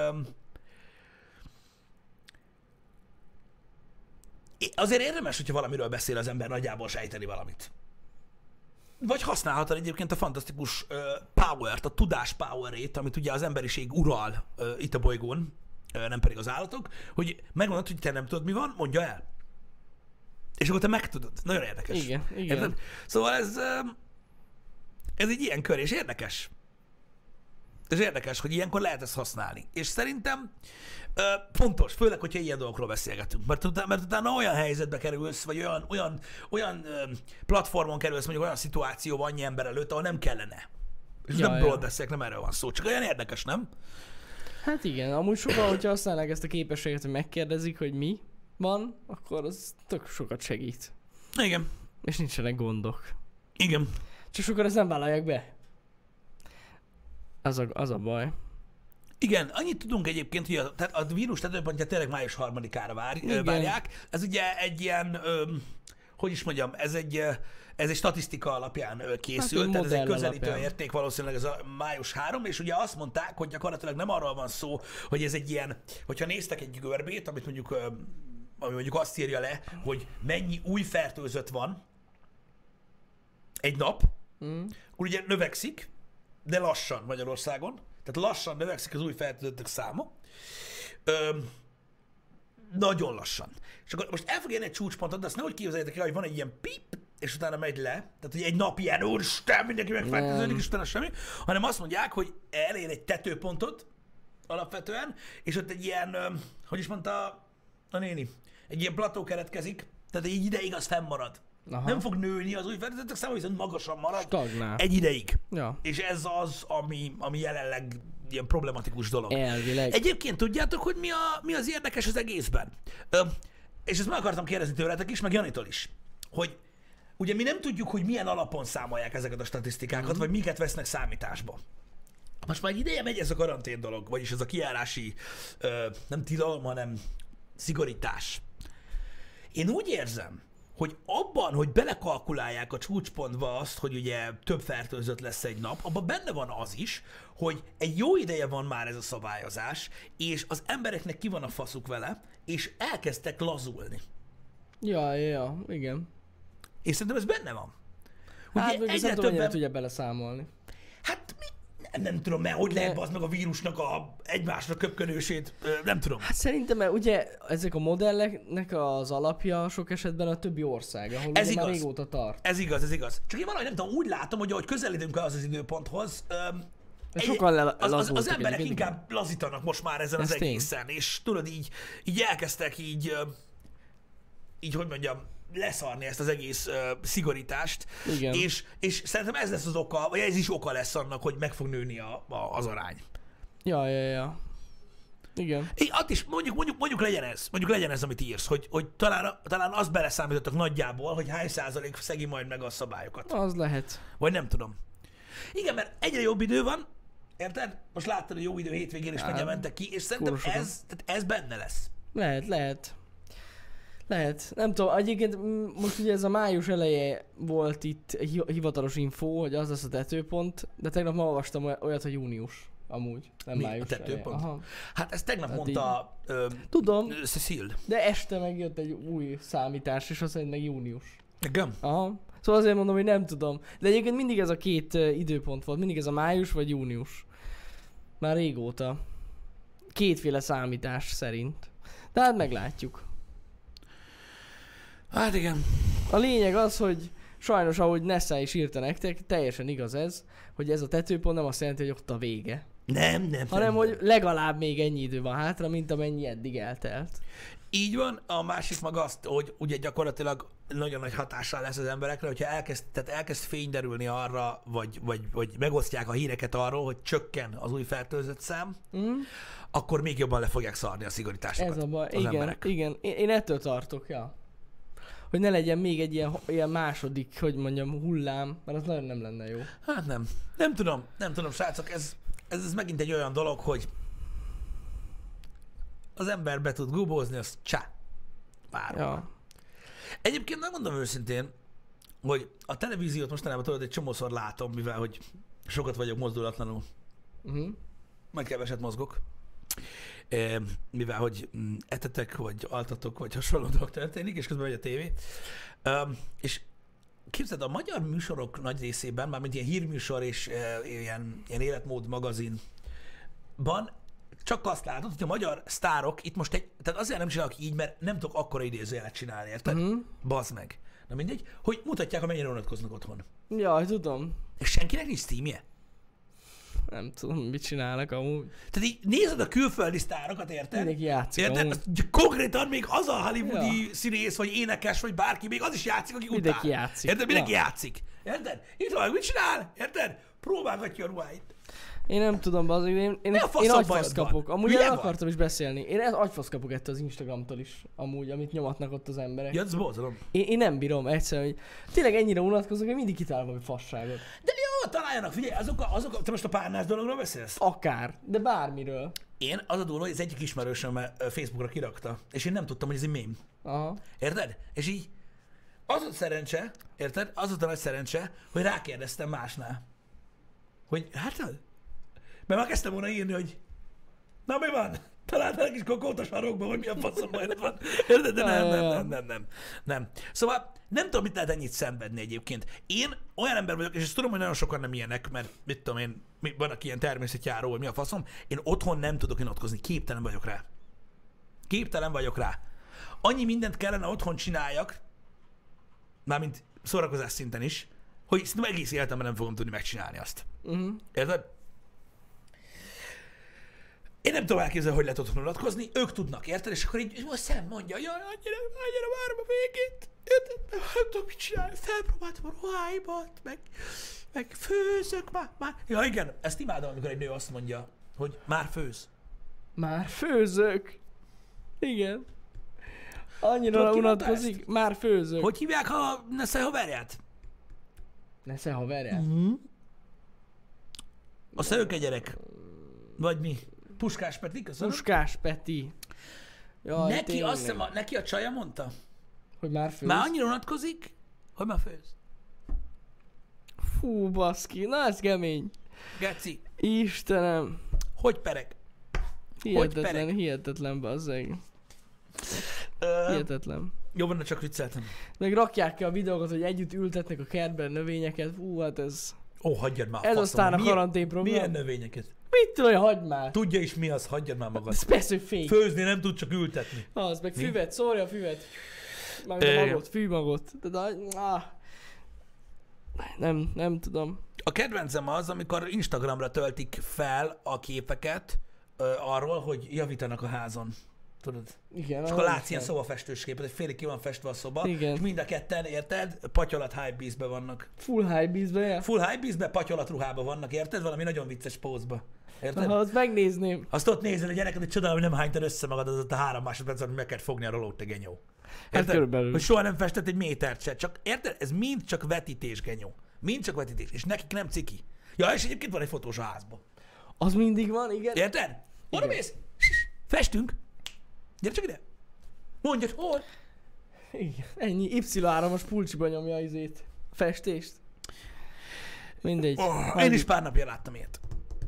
azért érdemes, hogyha valamiről beszél az ember, nagyjából sejteni valamit. Vagy használhatod egyébként a fantasztikus power-t, a tudás power-ét, amit ugye az emberiség ural itt a bolygón, nem pedig az állatok, hogy megmondod, hogy te nem tudod, mi van, mondja el. És akkor te megtudod. Nagyon érdekes. Igen, igen. Érted? Szóval ez egy ilyen kör, és érdekes. Ez érdekes, hogy ilyenkor lehet ezt használni. És szerintem fontos, főleg, hogyha ilyen dolgokról beszélgetünk. Mert utána olyan helyzetbe kerülsz, vagy olyan platformon kerülsz, mondjuk olyan szituációban annyi ember előtt, ahol nem kellene. És nem róla beszélek, nem erről van szó. Csak olyan érdekes, nem? Hát igen, amúgy sokan, hogyha használják ezt a képességet, hogy megkérdezik, hogy mi van, akkor az tök sokat segít. Igen. És nincsenek gondok. Igen. Csak sokan ezt nem vállalják be. Az a baj. Igen, annyit tudunk egyébként, hogy a vírus tetőpontja tényleg május 3-ára várják. Ez ugye egy ilyen, hogy is mondjam, ez egy statisztika alapján készült, Hát, tehát ez egy közelítő alapján. érték valószínűleg ez a május 3, és ugye azt mondták, hogy gyakorlatilag nem arról van szó, hogy ez egy ilyen, hogyha néztek egy görbét, amit mondjuk, ami mondjuk azt írja le, hogy mennyi új fertőzött van egy nap, akkor ugye növekszik, de lassan Magyarországon. Tehát lassan növekszik az új fertőzöttek száma. Nagyon lassan. És akkor most el fog érni egy csúcspontot, de azt nehogy képzeljétek el, hogy van egy ilyen pip, és utána megy le. Tehát, hogy egy nap ilyen, úristen, mindenki megfertőződik, és utána semmi. Hanem azt mondják, hogy elér egy tetőpontot, alapvetően, és ott egy ilyen, hogy is mondta a néni, egy ilyen plató keretkezik, tehát egy ideig az fennmarad. Aha. Nem fog nőni az új fertőzöttek száma, viszont magasan marad Stagnál. egy ideig. Ja. És ez az, ami jelenleg ilyen problematikus dolog. Elvileg. Egyébként tudjátok, hogy mi az érdekes az egészben? És ezt meg akartam kérdezni tőletek is, meg Janitól is, hogy ugye mi nem tudjuk, hogy milyen alapon számolják ezeket a statisztikákat, vagy miket vesznek számításba. Most már egy ideje megy ez a karantén dolog, vagyis ez a kijárási, nem tilalom, hanem szigorítás. Én úgy érzem, hogy abban, hogy belekalkulálják a csúcspontba azt, hogy ugye több fertőzött lesz egy nap, abban benne van az is, hogy egy jó ideje van már ez a szabályozás, és az embereknek ki van a faszuk vele, és elkezdtek lazulni. Ja, igen. És szerintem ez benne van. Hát, még egyre nem tudom, mennyire tudja beleszámolni. Hát nem tudom, mert hogy lehet az meg a vírusnak egymásra köpkönősét, nem tudom. Hát szerintem, mert ugye ezek a modelleknek az alapja sok esetben a többi ország, ahol Ez ugye már igaz. régóta tart. Ez igaz. Csak én valahogy nem tudom, úgy látom, hogy ahogy közelítünk az időponthoz, Sokan az emberek egyébként, inkább lazítanak most már ezen az Ez tény. egészen, és tudod, így elkezdtek így, hogy mondjam, leszarni ezt az egész szigorítást, Igen. és szerintem ez lesz az oka, vagy ez is oka lesz annak, hogy meg fog nőni az arány. Ja. Igen. Ott is mondjuk legyen ez, amit írsz, hogy talán azt beleszámítottak nagyjából, hogy hány százalék szegi majd meg a szabályokat. Az lehet. Vagy nem tudom. Igen, mert egyre jobb idő van, érted? Most láttad, hogy jó idő hétvégén is mennyien mentek ki, és szerintem ez benne lesz. Lehet. Nem tudom, egyébként most ugye ez a május eleje volt itt hivatalos info, hogy az lesz a tetőpont, de tegnap ma olvastam olyat, hogy június. Amúgy, nem Mi? május A tetőpont? eleje. Aha. Hát ezt tegnap Hát mondta Tudom, Cecil. de este megjött egy új számítás, és azt szerint meg június. Igen? Aha. Szóval azért mondom, hogy nem tudom. De egyébként mindig ez a két időpont volt, mindig ez a május vagy június. Már régóta. Kétféle számítás szerint. De hát meglátjuk. Hát igen. A lényeg az, hogy sajnos, ahogy Nessa is írta nektek, teljesen igaz ez, hogy ez a tetőpont nem azt jelenti, hogy ott a vége. Nem. Hanem, hogy legalább még ennyi idő van hátra, mint amennyi eddig eltelt. Így van, a másik meg azt, hogy ugye gyakorlatilag nagyon nagy hatással lesz az emberekre, hogyha elkezd fény derülni arra, vagy megosztják a híreket arról, hogy csökken az új fertőzött szám, akkor még jobban le fogják szarni a szigorításokat. Ez a baj. Az emberek. Igen. Én ettől tartok, ja. Hogy ne legyen még egy ilyen második, hogy mondjam, hullám, mert az nagyon nem lenne jó. Hát nem. Nem tudom, srácok, ez megint egy olyan dolog, hogy az ember be tud gubózni, az csá. Várom. Ja. Egyébként megmondom őszintén, hogy a televíziót mostanában tudod, egy csomószor látom, mivel hogy sokat vagyok mozdulatlanul. Majd keveset mozgok. Mivel hogy etetek, vagy altatok, vagy hasonló dolog történik, és közben megy a tévé. És képzeld, a magyar műsorok nagy részében, mármint ilyen hírműsor és ilyen életmód magazinban csak azt látod, hogy a magyar sztárok itt most tehát azért nem csinálok így, mert nem tudok akkora idézőjelet csinálni, érted? Bazd meg. Na mindegy, hogy mutatják, amennyire unatkoznak otthon. Jaj, tudom. És senkinek nincs Steamje. Nem tudom, mit csinálnak amúgy. Tehát így nézed a külföldi sztárokat, érted? Mindenki játszik Érted? amúgy. Azt konkrétan még az a hollywoodi színész, vagy énekes, vagy bárki, még az is játszik, aki utál. Mindenki játszik. Érted? Mindenki játszik. Érted? Itt van, mit csinál? Érted? Próbálgatja a ruháit. Én nem tudom, bazzik, én Mi a faszom agyfasz bajod van? kapok. Amúgy Hülye el vagy? akartam is beszélni. Én agyfasz kapok ettől az Instagramtól is, amúgy, amit nyomatnak ott az emberek. Ja, ez borzalom. Én nem bírom egyszerűen, hogy tényleg ennyire unatkozok, hogy mindig kitál valami fasságot. De jó, találjanak, figyelj, azok, te most a párnás dologról beszélsz? Akár, de bármiről. Én az a durva, hogy az egyik ismerősöm Facebookra kirakta, és én nem tudtam, hogy ez egy mém. Aha. Érted? És így az a szerencse, érted? Az a nagy szerencse, hogy rákérdeztem másnál. Hogy hát, mert már kezdtem volna írni, hogy na mi van? Találtál egy kis kokót a sarokba, vagy mi a faszom bajod van? Érted? De nem. Szóval nem tudom, mit lehet ennyit szenvedni egyébként. Én olyan ember vagyok, és ezt tudom, hogy nagyon sokan nem ilyenek, mert mit tudom én, vannak ilyen természetjáró, vagy mi a faszom. Én otthon nem tudok unatkozni, képtelen vagyok rá. Annyi mindent kellene otthon csináljak, mármint szórakozás szinten is, hogy szerintem egész életemben nem fogom tudni megcsinálni azt. Érted? Én nem tudom elképzelni, hogy lehet otthon unatkozni, ők tudnak, érted? És akkor így most Sam mondja, jaj, annyira várom a végét, érted? Nem tudom, mit csinálni, felpróbáltam a ruháimat, meg főzök már. Ja igen, ezt imádom, amikor egy nő azt mondja, hogy már főz. Már főzök. Igen. Annyira Tudod, ki mondta unatkozik, ezt? már főzök. Hogy hívják a nesze haverját? Nesze haverját? A szőke-gyerek. Vagy mi? Puskás Peti, köszönöm. Puskás Peti. Jaj, Neki tényleg. azt hiszem, neki a csaja mondta. Hogy már főz? Már annyira unatkozik, hogy már főz. Fú, baszki, na ez kemény. Geci, Istenem. hogy pereg? Hihetetlen, hihetetlen, bazzeg. Hihetetlen. Jó, van, csak vicceltem. Meg rakják ki a videókat, hogy együtt ültetnek a kertben növényeket. Fú, hát ez... Ó, hagyjad már. Ez faszom. aztán a Milyen- karantén program. Milyen növényeket? Mit tudom, hogy hagyd már. Tudja is mi az, hagyjad már magad. Ez persze, hogy fake. Főzni nem tud, csak ültetni. Az, meg Mi? füvet, szórja a füvet. Meg a Igen. magot, fűmagot. Nem tudom. A kedvencem az, amikor Instagramra töltik fel a képeket arról, hogy javítanak a házon. Tudod? Igen. És akkor az látsz ilyen van. szobafestős képet, hogy félig ki van festve a szoba, Igen. és mind a ketten, érted? Patyolat hypebeastbe vannak. Full high beastbe, ja? Full hypebeastbe, patyolat ruhába vannak, érted? Valami nagyon vicces pózba. Érted? Aha, azt megnézném. Azt ott nézel a gyereket, hogy csodálom, hogy nem hánytad össze magad az ott a 3 másodpercet, hogy meg kellett fogni a rolót, te genyó. Hát körülbelül. Hogy soha nem festett egy métert se. Csak, érted? Ez mind csak vetítés, genyó. Mind csak vetítés. És nekik nem ciki. Ja, és egyébként van egy fotós a házban. Az mindig van, igen. Érted? Oda Igen. mész. Festünk. Gyere csak ide. Mondjad, hol? Igen. Ennyi Y3-as pulcsiba nyomja az izét. Festést. Mindegy. Én is pár napja láttam ilyet.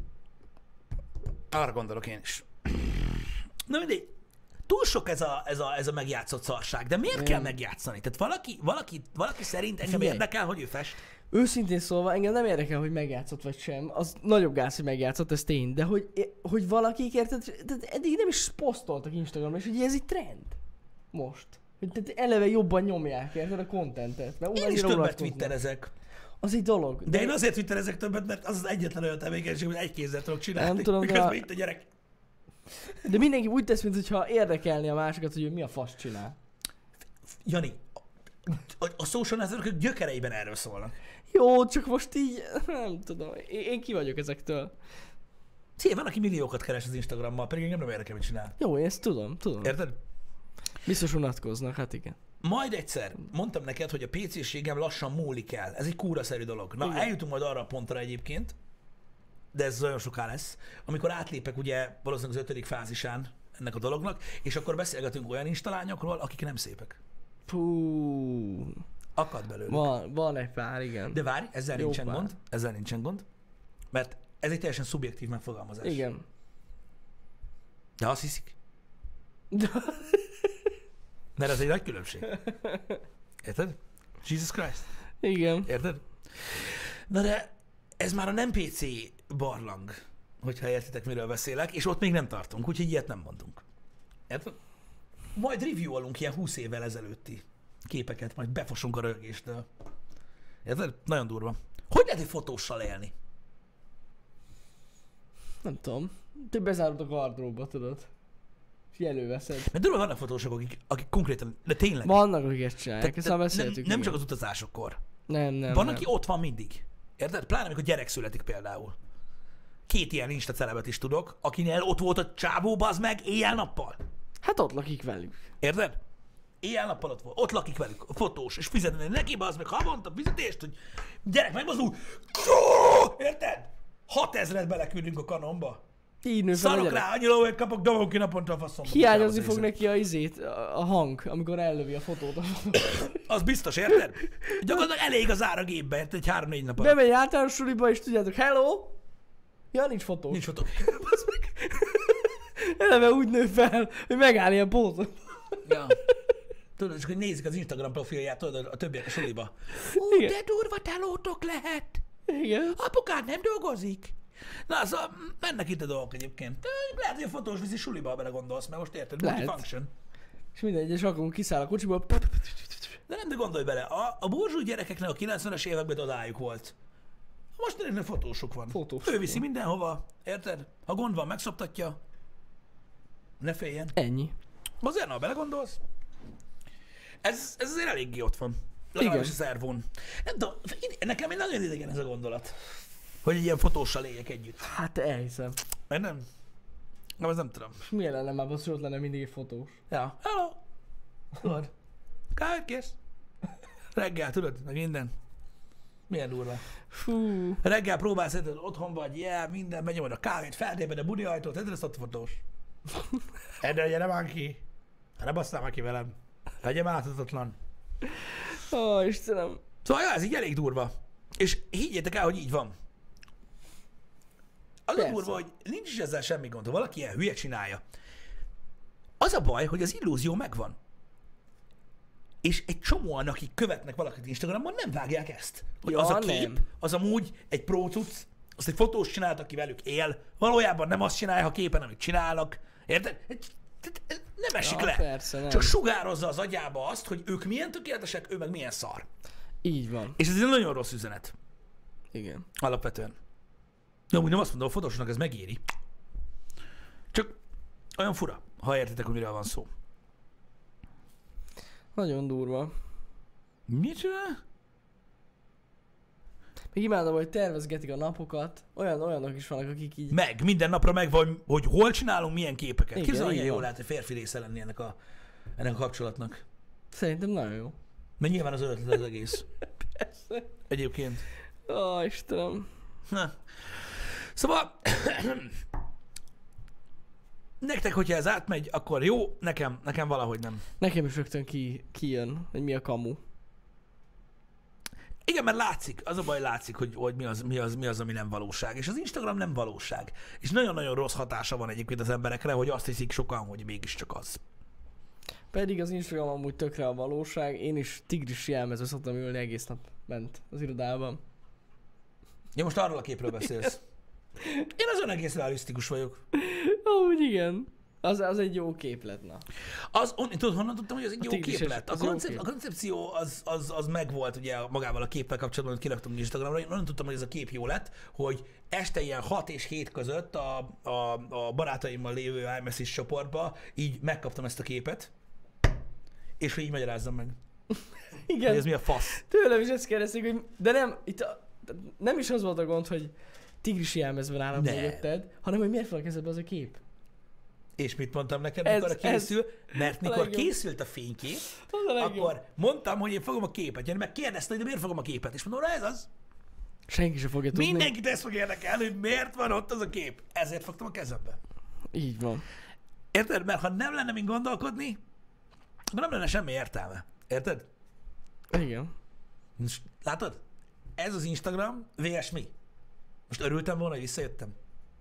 Arra gondolok én is. Na mindegy. Túl sok ez a megjátszott szarság, de miért kell megjátszani? Tehát valaki szerint engem Figyelj. érdekel, hogy ő fest. Őszintén szólva, engem nem érdekel, hogy megjátszott vagy sem. Az nagyobb gáz, hogy megjátszott, ez tény. De hogy valakik, érted, tehát eddig nem is posztoltak Instagramra, és ugye ez egy trend. Most. Hogy tehát eleve jobban nyomják, érted, a contentet. Mert Én is annyira többet unatkoznak. twitterezek. Az egy dolog. De én azért twitterezek többet, mert az az egyetlen olyan tevékenység, amit egy kézzel tudok csinálni. Nem tudom, de Miközben a- itt a gyerek. De mindenki úgy tesz, mintha érdekelni a másikat, hogy ő mi a fasz csinál. Jani, a social network gyökereiben erről szólnak. Jó, csak most így, nem tudom, én ki vagyok ezektől. Szia, van, aki milliókat keres az Instagrammal, pedig engem nem érdekel, mit csinál. Jó, én ezt tudom. Érted? Biztos unatkoznak, hát igen. Majd egyszer mondtam neked, hogy a PC-ségem lassan múlik el. Ez egy kúraszerű dolog. Na, Igen. eljutunk majd arra a pontra egyébként, de ez nagyon soká lesz, amikor átlépek ugye valószínűleg az 5. fázisán ennek a dolognak, és akkor beszélgetünk olyan instalányokról, akik nem szépek. Pú, Akad belőle. van egy pár, igen. De várj, ezzel Jó nincsen pár. gond. Ezzel nincsen gond. Mert ez egy teljesen szubjektív megfogalmazás. Igen. De azt hiszik. Mert ez egy nagy különbség. Érted? Jesus Christ. Igen. Érted? Na de ez már a nem PC barlang, hogyha értitek, miről beszélek, és ott még nem tartunk, úgyhogy ilyet nem mondunk. Érted? Majd review-olunk ilyen 20 évvel ezelőtti képeket, majd befosunk a rögéstől. Érted? Nagyon durva. Hogy lehet egy fotóssal élni? Nem tudom. Te bezárod a gardróba, tudod. És előveszed. Mert durva vannak fotósok, akik konkrétan, de tényleg. Vannak, akik ezt csinálják, ezt már nem, beszéltük. nem igen. csak az utazásokkor. Nem. Van, aki ott van mindig. Érted? Pláne, amikor gyerek születik például. 2 ilyen Insta celebet is tudok, akinél ott volt a csávó, bazd meg, éjjel-nappal. Hát ott lakik velük. Érted? Éjjel-nappal ott volt. Ott lakik velük, a fotós, és fizetni neki, bazd meg, havonta fizetést, hogy gyerek megmozdul. Érted? 6000-et beleküldünk a kanonba. Így nő fel a Szarok gyerek. rá, annyi lóvét kapok, dobom ki naponta a faszomba. Hiányozni fog neki a izét, a hang, amikor ellövi a fotót. Az biztos, érted? Gyakorlatilag elég az ára gépbe, érted? Egy 3-4 nap alatt. Bemegy általános suliba, és tudjátok, hello! Ja, nincs fotó. Nincs fotó. Basz meg. Eleve úgy nő fel, hogy megáll ilyen pózon. Ja. Tudod, és hogy nézik az Instagram profilját, tudod, a többiek a suliba. Igen. De durva telótok lehet. Igen. Apukád nem dolgozik. Na, szóval mennek itt a dolgok egyébként. De lehet, hogy a fotós viszi suliba, ha belegondolsz, mert most érted, Lehet. multifunction. És mindegy, és akkor kiszáll a kocsiból. De nem, de gondolj bele, a burzsúj gyerekeknek a 90-es években odájuk volt. Most tényleg fotósok van. Fotósok Ő viszi mindenhova, érted? Ha gond van, megszoptatja. Ne féljen. Ennyi. Azért, ha belegondolsz, ez azért eléggé ott van. Legalábbis a Igen. szervón. Nem tudom, nekem egy nagyon idegen ez a gondolat, hogy egy ilyen fotóssal éljek együtt. Hát elhiszem. Mert nem. Nem, az nem tudom. És milyen lenne már basszus, ott lenne mindig egy fotós. Ja. Hello. Tudod? Kávét kész? Reggel, tudod? Meg minden. Milyen durva. Fú. Reggel próbálsz, hogy otthon vagy, minden, megnyomod a kávét, feltéped a budi ajtót, ez lesz ott fotós. Erre gyere már ki. Ne basszál már ki velem. Legyen láthatatlan. Ó, Istenem. Szóval ja, ez így elég durva. És higgyétek el, hogy így van. Az a Persze. durva, hogy nincs is ezzel semmi gond, ha valaki ilyen hülye csinálja. Az a baj, hogy az illúzió megvan. És egy csomóan, akik követnek valakit Instagramon, nem vágják ezt. Hogy Ja, az a kép, nem. az amúgy egy pro cucc, azt egy fotós csinált, aki velük él. Valójában nem azt csinálja, ha képen, amit csinálnak. Érted? Nem esik Ja, le. persze, nem. Csak sugározza az agyába azt, hogy ők milyen tökéletesek, ő meg milyen szar. Így van. És ez egy nagyon rossz üzenet. Igen. Alapvetően. De amúgy nem azt mondom, a fotósnak ez megéri. Csak olyan fura, ha értitek, hogy miről van szó. Nagyon durva. Mit csinál? Még imádom, hogy tervezgetik a napokat. Olyanok is vannak, akik így... Meg, minden napra megvan, hogy hol csinálunk, milyen képeket. Igen, Képzeld, hogy igen. jó lehet, hogy férfi része lenni ennek a kapcsolatnak. Szerintem nagyon jó. Mert nyilván az ötlet az egész. Persze. Egyébként. Ó, Istenem. Na. Szóval, nektek, hogyha ez átmegy, akkor jó, nekem valahogy nem. Nekem is rögtön kijön, hogy mi a kamu. Igen, mert látszik, az a baj látszik, hogy mi az, ami nem valóság. És az Instagram nem valóság. És nagyon-nagyon rossz hatása van egyébként az emberekre, hogy azt hiszik sokan, hogy mégiscsak az. Pedig az Instagram amúgy tökre a valóság. Én is tigris jelmezve szoktam ülni egész nap bent az irodában. Ja, most arról a képről beszélsz. Én azon egész realisztikus vagyok. Úgy igen. Az egy jó képlet, na. Tudod, honnan tudtam, hogy az egy jó tigrises- kép lett? az jó kép. A koncepció az megvolt ugye magával a képpel kapcsolatban, hogy kiraktunk Instagramra. Én onnan tudtam, hogy ez a kép jó lett, hogy este ilyen 6 és 7 között a barátaimmal lévő iMessage csoportba így megkaptam ezt a képet, és hogy így magyarázzam meg, Igen. hogy ez mi a fasz. Tőlem is ezt kérdezték, hogy de nem, nem is az volt a gond, hogy tigris jelmezben áll a Ne. mögötted, hanem hogy miért fel a kezedbe az a kép. És mit mondtam neked, Ez- mikor készül? Mert a mikor legjobb. készült a fénykép, Az a legjobb. akkor mondtam, hogy én fogom a képet. Jön, meg kérdezte, hogy de miért fogom a képet. És mondom, ez az. Senki sem fogja tudni. Mindenkit ez fog érdekelni, hogy miért van ott az a kép. Ezért fogtam a kezembe. Így van. Érted? Mert ha nem lenne mint gondolkodni, akkor nem lenne semmi értelme. Érted? Igen. Most látod? Ez az Instagram, VS mi? Most örültem volna, hogy visszajöttem.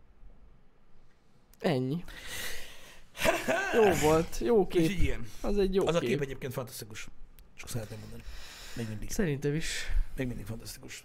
Ennyi. Jó volt, jó És így kép. ilyen. Az egy jó Az a kép. kép egyébként fantasztikus. Csak szeretném mondani. Még mindig. Szerintem is. Még mindig fantasztikus.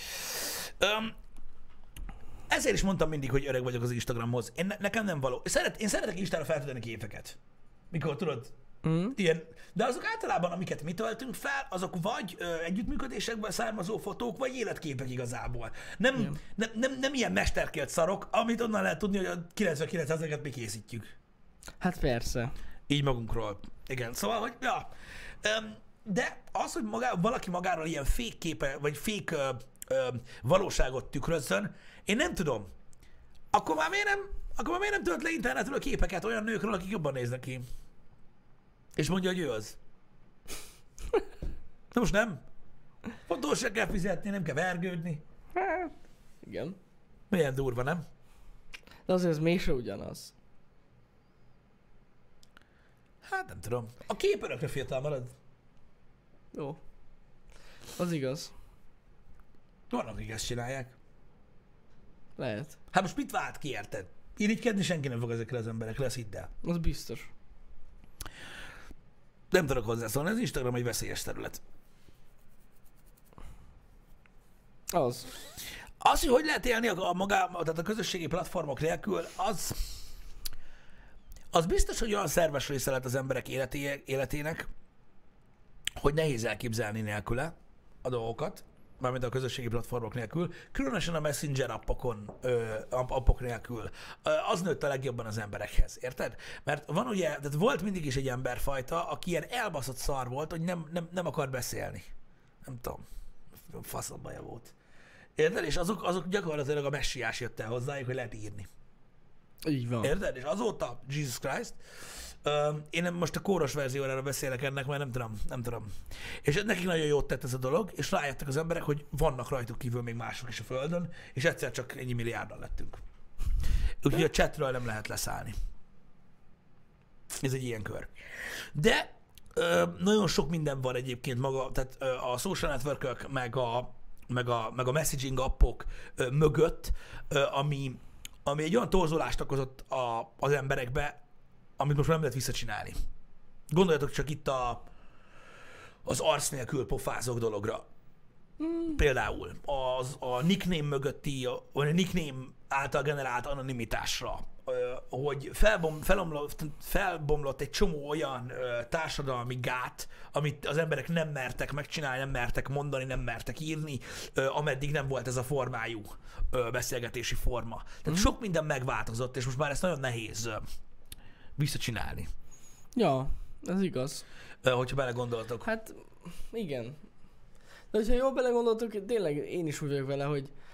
Ezért is mondtam mindig, hogy öreg vagyok az Instagramhoz. Nekem nem való. Én szeretek Instára feltölteni képeket. Mikor tudod, Mm. ilyen, de azok általában, amiket mi töltünk fel, azok vagy együttműködésekből származó fotók, vagy életképek igazából. Igen. Nem ilyen mesterkélt szarok, amit onnan lehet tudni, hogy a 99%-et mi készítjük. Hát persze. Így magunkról. Igen, szóval, hogy ja. De az, hogy valaki magáról ilyen fake képe, vagy fake valóságot tükrözzön, én nem tudom. Akkor már miért nem tölt le internetről képeket olyan nőkről, akik jobban néznek ki? És mondja, hogy ő az. De most nem. Fotós se kell fizetni, nem kell vergődni. Hát, igen. Milyen durva, nem? De azért ez mégse ugyanaz. Hát nem tudom. A kép örökre fiatal marad. Jó. Az igaz. Vannak, akik ezt csinálják. Lehet. Hát most mit vált ki, érted? Irigykedni senki nem fog ezekre az emberekre, ezt hidd el. Az biztos. Nem tudok hozzászólni, az Instagram egy veszélyes terület. Az. Az, hogy lehet élni tehát a közösségi platformok nélkül, az biztos, hogy olyan szerves része lett az emberek életének, hogy nehéz elképzelni nélküle a dolgokat, mármint a közösségi platformok nélkül, különösen a Messenger appok nélkül, az nőtt a legjobban az emberekhez, érted? Mert van ugye, tehát volt mindig is egy emberfajta, aki ilyen elbaszott szar volt, hogy nem akar beszélni. Nem tudom, faszom baja volt. Érted? És azok gyakorlatilag a messiás jött el hozzájuk, hogy lehet írni. Így van. Érted? És azóta, Jesus Christ, én most a kóros verzióra beszélek ennek, mert nem tudom. És nekik nagyon jót tett ez a dolog, és rájöttek az emberek, hogy vannak rajtuk kívül még mások is a Földön, és egyszer csak ennyi milliárdan lettünk. Úgyhogy a chatről nem lehet leszállni. Ez egy ilyen kör. De nagyon sok minden van egyébként maga, tehát a social networkök, meg a messaging appok mögött, ami egy olyan torzulást okozott az emberekbe, amit most már nem lehet visszacsinálni. Gondoljatok csak itt az arc nélkül pofázok dologra. Például a nickname mögötti, vagy a nickname által generált anonimitásra, hogy felbomlott egy csomó olyan társadalmi gát, amit az emberek nem mertek megcsinálni, nem mertek mondani, nem mertek írni, ameddig nem volt ez a formájú beszélgetési forma. Tehát sok minden megváltozott, és most már ezt nagyon nehéz visszacsinálni. Ja, ez igaz. Hogyha belegondoltok. Hát, igen. De hogyha jól belegondoltok, tényleg én is úgy vagyok vele,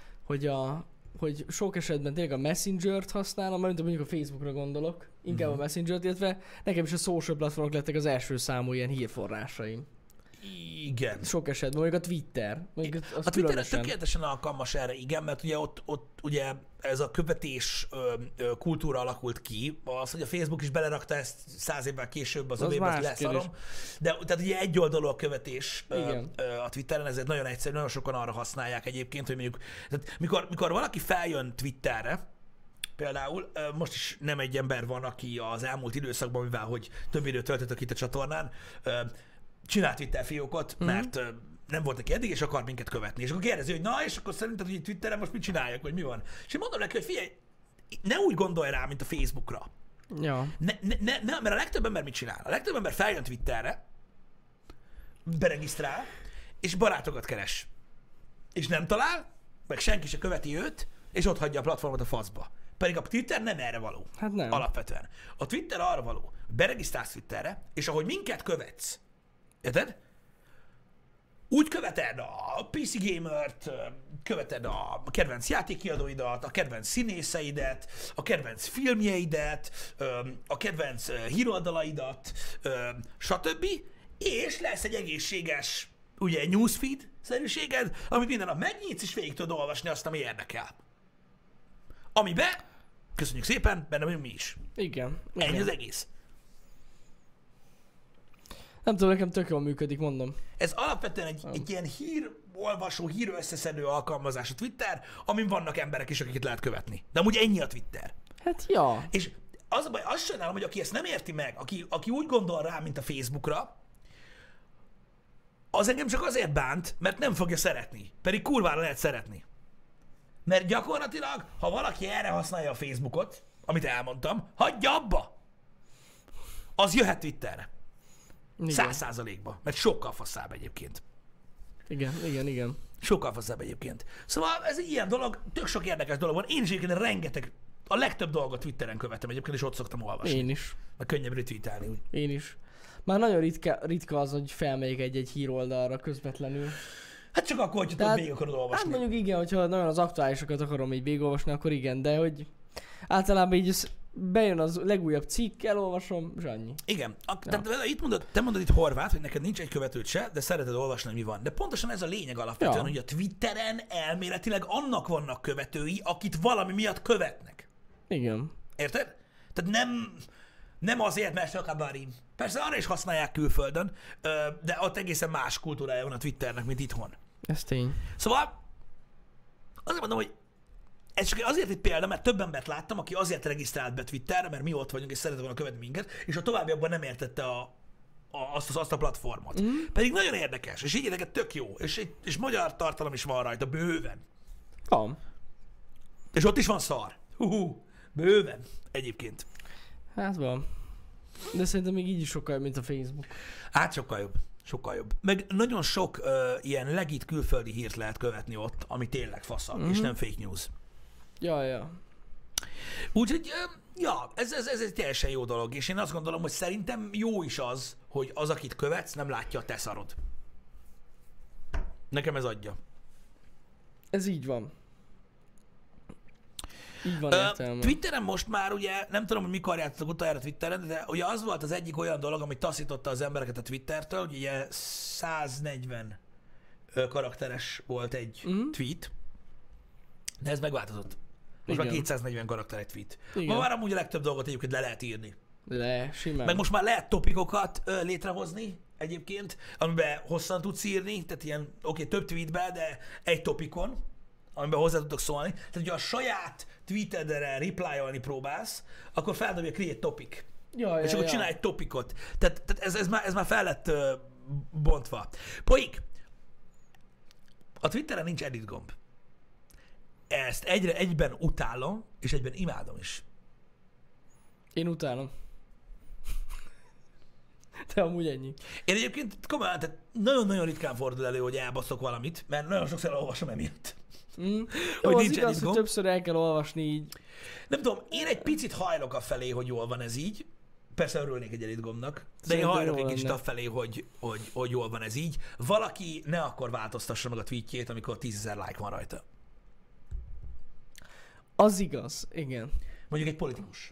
hogy sok esetben tényleg a Messenger-t használom, mert mondjuk a Facebookra gondolok, inkább a Messenger-t, illetve nekem is a social platformok lettek az első számú ilyen hírforrásaim. Igen. Sok esetben, mondjuk a Twitter. A Twitter tökéletesen alkalmas erre, igen, mert ugye ott ugye ez a követés kultúra alakult ki, az, hogy a Facebook is belerakta ezt 100 évvel később az övébe, azt leszarom. De tehát ugye egyoldalú a követés a Twitteren, ezért nagyon egyszerű, nagyon sokan arra használják egyébként, hogy mondjuk, tehát mikor valaki feljön Twitterre, például most is nem egy ember van, aki az elmúlt időszakban, mivel hogy több időt töltöttök itt a csatornán, csinált Twitter fiókot, mert nem volt neki eddig, és akar minket követni. És akkor kérdezi, hogy na, és akkor szerinted, hogy Twitteren most mit csináljak, vagy mi van? És én mondom neki, hogy figyelj, ne úgy gondolj rá, mint a Facebookra. Ja. Mert a legtöbb ember mit csinál? A legtöbb ember feljön Twitterre, beregisztrál, és barátokat keres. És nem talál, meg senki se követi őt, és ott hagyja a platformot a faszba. Pedig a Twitter nem erre való. Hát nem. Alapvetően. A Twitter arra való, beregisztrálsz Twitterre, és ahogy minket követsz, érted? Úgy követed a PC Gamert, követed a kedvenc játékkiadóidat, a kedvenc színészeidet, a kedvenc filmjeidet, a kedvenc híroldalaidat, stb. És lesz egy egészséges, ugye, newsfeed-szerűséged, amit minden nap megnyitsz, és végig tudod olvasni azt, ami érdekel. Amiben, köszönjük szépen, benne vagyunk mi is. Igen. Ennyi az egész. Nem tudom, nekem tök jól működik, mondom. Ez alapvetően egy ilyen hírolvasó, hírösszeszedő alkalmazás a Twitter, amin vannak emberek is, akiket lehet követni. De amúgy ennyi a Twitter. Hát ja. És az a baj, azt sajnálom, hogy aki ezt nem érti meg, aki úgy gondol rá, mint a Facebookra, az engem csak azért bánt, mert nem fogja szeretni. Pedig kurvára lehet szeretni. Mert gyakorlatilag, ha valaki erre használja a Facebookot, amit elmondtam, hagyja abba! Az jöhet Twitterre. 100%-ba. Mert sokkal faszább egyébként. Igen. Sokkal faszább egyébként. Szóval ez egy ilyen dolog, tök sok érdekes dolog van. Én is egyébként rengeteg, a legtöbb dolgot Twitteren követem egyébként, és ott szoktam olvasni. Én is. Mert könnyebb retweetelni úgy. Én is. Már nagyon ritka az, hogy felmegyek egy híroldalra közvetlenül. Hát csak akkor, hogyha tudod, végig akarod olvasni. Hát mondjuk igen, hogyha nagyon az aktuálisokat akarom így végigolvasni, akkor igen, de hogy általában így bejön az legújabb cikk, elolvasom, és annyi. Igen. Te mondod itt Horváth, hogy neked nincs egy követőd se, de szereted olvasni, mi van. De pontosan ez a lényeg alapvetően, hogy a Twitteren elméletileg annak vannak követői, akit valami miatt követnek. Igen. Érted? Tehát nem azért, mert csak a barim. Persze arra is használják külföldön, de ott egészen más kultúrája van a Twitternek, mint itthon. Ez tény. Szóval azért mondom, hogy ez csak azért egy példa, mert több embert láttam, aki azért regisztrált be Twitterre, mert mi ott vagyunk, és szeretett volna követni minket, és a továbbiakban nem értette azt a platformot. Pedig nagyon érdekes, és így érdekes tök jó, és magyar tartalom is van rajta, bőven. Van. És ott is van szar. Bőven egyébként. Hát van. De szerintem még így is sokkal jobb, mint a Facebook. Hát sokkal jobb. Sokkal jobb. Meg nagyon sok ilyen legit külföldi hírt lehet követni ott, ami tényleg faszak, és nem fake news. Ja. Úgyhogy, ja, ez egy teljesen jó dolog, és én azt gondolom, hogy szerintem jó is az, hogy az, akit követsz, nem látja a te szarod. Nekem ez adja. Ez így van. Így van értelme. Twitteren most már ugye, nem tudom, hogy mikor jártatok utoljára Twitteren, de ugye az volt az egyik olyan dolog, ami taszította az embereket a Twittertől, hogy ugye 140 karakteres volt egy tweet, de ez megváltozott. Most már 240 karakter egy tweet. Ma már amúgy a legtöbb dolgot egyébként le lehet írni. Simán. Meg most már lehet topikokat létrehozni egyébként, amiben hosszan tudsz írni, tehát ilyen, több tweetbe, de egy topikon, amiben hozzá tudok szólni. Tehát, hogyha a saját tweetedre replyolni próbálsz, akkor feldobja create topic. És akkor csinálj egy topikot. Tehát ez már fel lett bontva. Poik, a Twitteren nincs edit gomb. Ezt egyben utálom, és egyben imádom is. Én utálom. De amúgy ennyi. Én egyébként komolyan, tehát nagyon-nagyon ritkán fordul elő, hogy elbaszok valamit, mert nagyon sokszor olvasom emiatt. Hogy nincs igaz, hogy többször el kell olvasni így. Nem tudom, én egy picit hajlok afelé, hogy jól van ez így. Persze örülnék egy edit gombnak, de Szerintem én hajlok egy jól kicsit lenne. afelé, hogy jól van ez így. Valaki ne akkor változtassa meg a tweetjét, amikor 10.000 like van rajta. Az igaz, igen. Mondjuk egy politikus.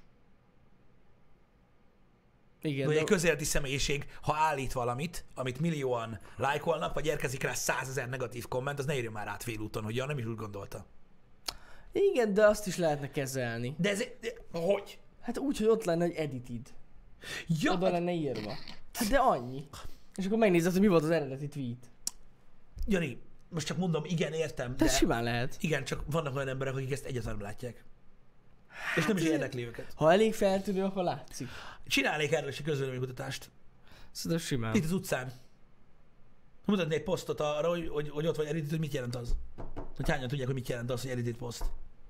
Igen, Vagy egy közéleti személyiség, ha állít valamit, amit millióan lájkolnak, vagy érkezik rá 100 000 negatív komment, az ne írjon már át félúton, hogy ja, nem is úgy gondolta. Igen, de azt is lehetne kezelni. De hogy? Hát úgy, hogy ott lenne egy edited. Ja, Oda lenne írva. Hát de annyi. És akkor megnézed, hogy mi volt az eredeti tweet. Jani, most csak mondom, igen, értem, De de simán lehet. igen, csak vannak olyan emberek, akik ezt egyáltalán nem látják. És nem is érdekli őket. Ha elég feltűnő, akkor látszik. Csinálnék erről is egy közvéleménykutatást. Szerintem simán. Itt az utcán. Mutatni egy posztot arra, hogy ott vagy edited, hogy mit jelent az. Hogy hányan tudják, hogy mit jelent az, hogy edited poszt.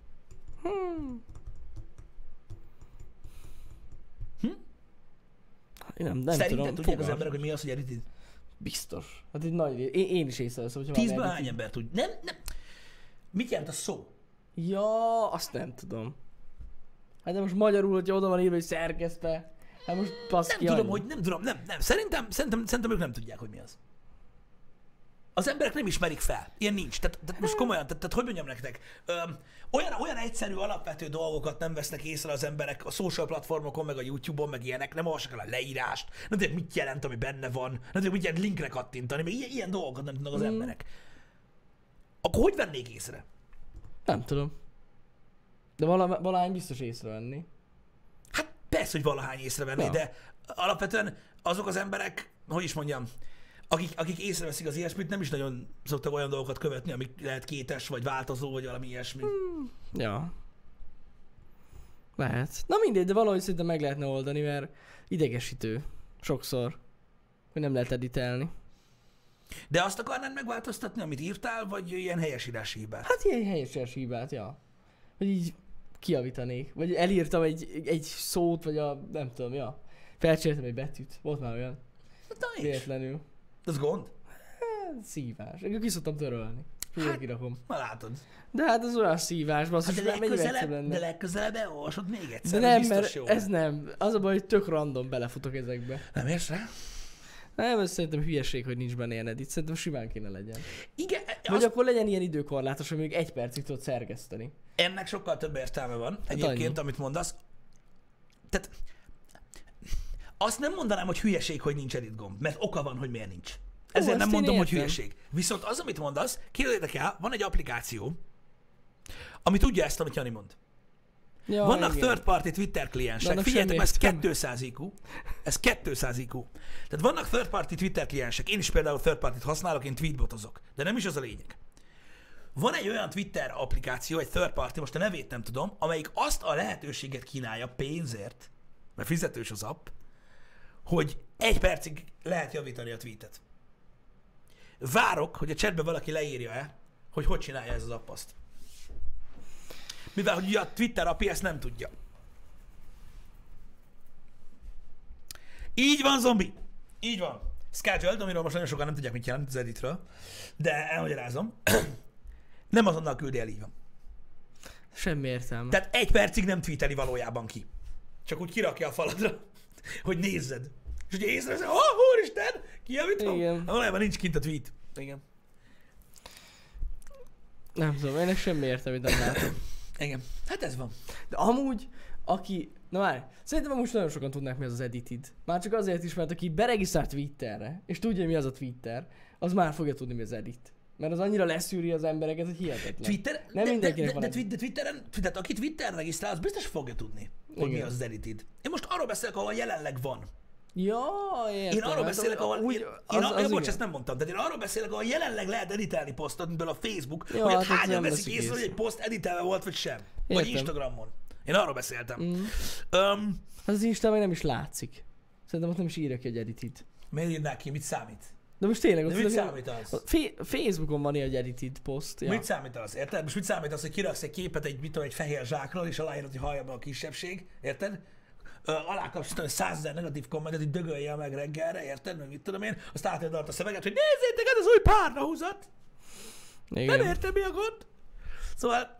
Én nem Szerinted tudom. tudják az fogalmam. emberek, hogy mi az, hogy edited? Biztos. Hát egy nagy rész. Én is észreveszem, hogy 10-ből hány ember tud? Nem. Mit jelent a szó? Ja, azt nem tudom. Hát de most magyarul, hogyha oda van írva, hogy szerkesztve. Hát most baszki Nem tudom, annyi. hogy nem tudom, nem. Szerintem ők nem tudják, hogy mi az. Az emberek nem ismerik fel. Ilyen nincs. Tehát most komolyan, tehát hogy mondjam nektek, olyan egyszerű, alapvető dolgokat nem vesznek észre az emberek a social platformokon, meg a YouTube-on, meg ilyenek, nem olvassák el a leírást, nem tudják, mit jelent, ami benne van, nem tudják, mit jelent linkre kattintani, meg ilyen dolgokat nem tudnak az emberek. Akkor hogy vennék észre? Nem tudom. De valahány biztos észrevenni. Hát persze, hogy valahány észrevenné, Ja. de alapvetően azok az emberek, hogy is mondjam, akik észreveszik az ilyesmit, nem is nagyon szoktak olyan dolgokat követni, amik lehet kétes, vagy változó, vagy valami ilyesmi. Ja. Lehet. Na mindegy, de valahogy szerintem meg lehetne oldani, mert idegesítő. Sokszor. Hogy nem lehet editelni. De azt akarnád megváltoztatni, amit írtál, vagy ilyen helyesírási hibát? Hát ilyen helyes hibát, ja. Hogy így kijavítanék. Vagy elírtam egy szót, vagy nem tudom, ja. Felcseréltem egy betűt. Volt már olyan. Hát na és? Véletlenül. Ez gond? Hát, szívás. Én ki szoktam törölni. Hát, Kirakom. Na látod. De hát az olyan szívás, basszus, Hát hogy mennyire egyszerűbb lenne. de legközelebb elolvasod még egyszer. De nem, biztos mert jó ez lesz. nem. Az a baj, hogy tök random belefutok ezekbe. Nem érsz rá? Nem, ez szerintem hülyeség, hogy nincs benne ilyen edit. Szerintem simán kéne legyen. Igen, Vagy akkor legyen ilyen időkorlátos, hogy még 1 percig tudod szerkeszteni. ennek sokkal több értelme van egyébként, annyi. amit mondasz. Tehát azt nem mondanám, hogy hülyeség, hogy nincs edit gomb, mert oka van, hogy miért nincs. Ezért ezt nem én mondom, hogy értem. hülyeség. Viszont az, amit mondasz, képzeljétek el, van egy applikáció, ami tudja ezt, amit Jani mond. Ja, Vannak igen. third party Twitter kliensek, annak figyeljetek, semmi ez értelme. 200 IQ. Ez 200 IQ. Tehát vannak third party Twitter kliensek, én is például third party-t használok, én tweetbotozok, de nem is az a lényeg. Van egy olyan Twitter applikáció, egy third party, most a nevét nem tudom, amelyik azt a lehetőséget kínálja pénzért, mert fizetős az app, hogy 1 percig lehet javítani a tweetet. Várok, hogy a chatbe valaki leírja-e, hogy csinálja ez az app azt. Mivel, hogy ugye a Twitter API ezt nem tudja. Így van, zombi. Így van. scheduled, amiről most nagyon sokan nem tudják, mit jelent az editről, de elmagyarázom. Nem azonnal küldi el, így van. Semmi értelme. Tehát 1 percig nem tweeteli valójában ki. Csak úgy kirakja a faladra, hogy nézzed. És ugye észreveszed, úristen, kijavítom. Igen. Valójában nincs kint a tweet. Igen. Nem tudom, ennek semmi értelme, nem látom. Igen. Hát ez van. De amúgy, aki... Na várj, szerintem most nagyon sokan tudnák, mi az az edited. Már csak azért is, mert aki beregisztrált Twitterre, és tudja, mi az a Twitter, az már fogja tudni, mi az edit. Mert az annyira leszűri az embereket, hogy hihetetlen. Twitter? Nem mindenkinek van de Twitteren, tehát aki Twitter regisztrál, az biztos fogja tudni, hogy mi az az edited. Én most arról beszélek, ahol jelenleg van. Ja, értem. Én arról beszélek, ahol... igen. Ezt nem mondtam, de én arról beszélek, ahol jelenleg lehet editálni posztot, mint a Facebook, Ja, hogy ott hát hányan nem veszik veszik észre, észre. hogy egy poszt editálva volt, vagy sem. Vagy Értem. Instagramon. Én arról beszéltem. Hát az Instán meg nem is látszik. Szerintem ott nem is írja ki, hogy edited. Miért írnák ki, mit számít? De most tényleg, De ott mit tudom, számít az? Facebookon van ilyen, hogy edited post. Ja. Mit számít az? Érted? Most mit számít az, hogy kiraksz egy képet egy, mit tudom, egy fehér zsákról, és aláírod, hogy hallja be a kisebbség, érted? Alá kapsz 100 000 negatív kommentet, hogy dögöljél meg reggelre, érted? Meg mit tudom én, azt átad a szöveget, hogy nézzétek, ez az új párnahúzat! Igen. Nem értem, mi a gond? Szóval...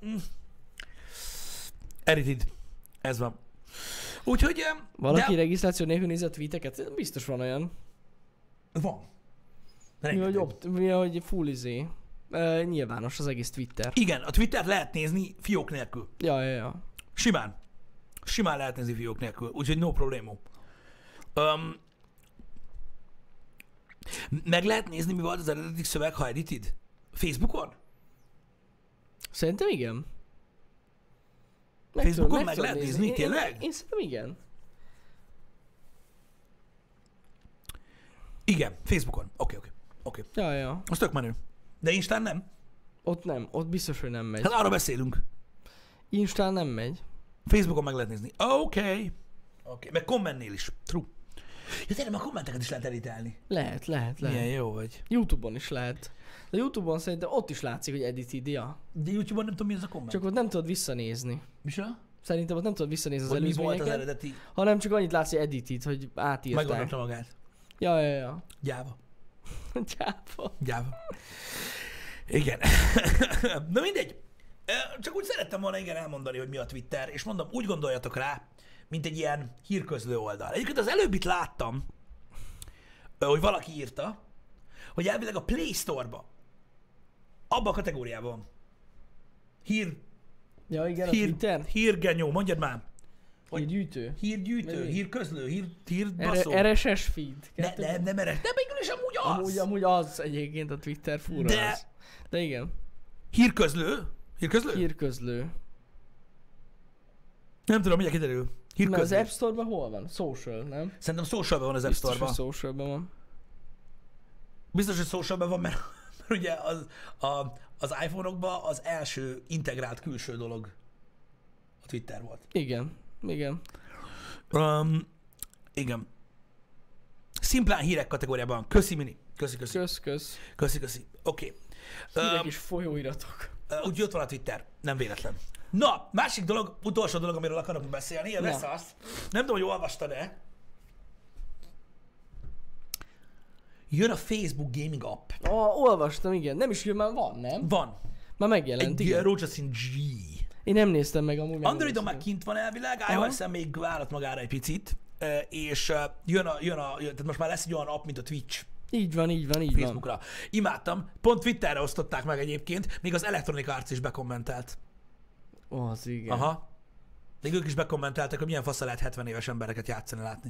Edited. Ez van. Úgyhogy... Valaki regisztráció nélkül nézi a tweeteket? Biztos van olyan. Van. Mi, hogy full nyilvános az egész Twitter. Igen, a Twittert lehet nézni fiók nélkül. Ja. Simán. Simán lehet nézni fiók nélkül, úgyhogy no problémó. Meg lehet nézni, mi volt az eredeti szöveg, ha edited? Facebookon? Szerintem igen. Facebookon meg lehet nézni, tényleg? Én szerintem igen. Igen, Facebookon. Oké. Ja. Az tök menő. De Instán nem? Ott nem, ott biztos, hogy nem megy. Hát arról beszélünk. Instán nem megy. Facebookon meg lehet nézni. Oké. Meg kommentnél is. True. Ja, tényleg a kommenteket is lehet editálni. Lehet. Milyen jó vagy. YouTube-on is lehet. De YouTube-on szerintem ott is látszik, hogy edited, ja. De YouTube-on nem tudom, mi az a komment. Csak ott nem tudod visszanézni. Micsoha? Szerintem ott nem tudod visszanézni az Hogy mi volt az előzményeket, eredeti? hanem csak annyit látsz, hogy edited, hogy átírták. Megoldotta magát. Ja. Gyáva. Gyáva. Igen. Na mindegy. Csak úgy szerettem volna igen elmondani, hogy mi a Twitter, és mondom, úgy gondoljatok rá, mint egy ilyen hírközlő oldal. Egyébként az előbbit láttam, hogy valaki írta, hogy elvileg a Play Store-ba, abban a kategóriában Ja, igen, a Twitter. Hírgenyó, mondjad már. Hírgyűjtő. Hírgyűjtő, hírközlő, hírbaszó. RSS feed. Nem RSS, de végül is amúgy az. Amúgy az egyébként a Twitter fura De- az. De igen. Hírközlő? Hírközlő. Nem tudom, mindjárt kiderül. Mert az Hírközlő. App Store-ban hol van? Social, nem? Szerintem socialban van az App Biztos, Store-ban. hogy Socialban van. Biztos, hogy socialban van, mert ugye az iPhone-okban az első integrált külső dolog a Twitter volt. Igen. Igen. Szimplán hírek kategóriában. Köszi, Mini. Köszi. Kösz. Oké. Hírek is folyóiratok. Úgy ott van a Twitter. Nem véletlen. Na, másik dolog, utolsó dolog, amiről akarok beszélni, a azt. Nem tudom, hogy olvastad-e. Jön a Facebook Gaming App. Olvastam, igen. Nem is jön, már van, nem? Van. Már megjelent, Egy igen. rózsaszín G. Én nem néztem meg amúgy. Androidon már kint van elvileg, iOS-en még várat magára egy picit, és tehát most már lesz egy olyan app, mint a Twitch Így van. Facebookra. Imádtam, pont Twitterre osztották meg egyébként, még az Electronic Arts is bekommentelt. Az igen. Aha. Még ők is bekommenteltek, hogy milyen fasza lehet 70 éves embereket játszani látni.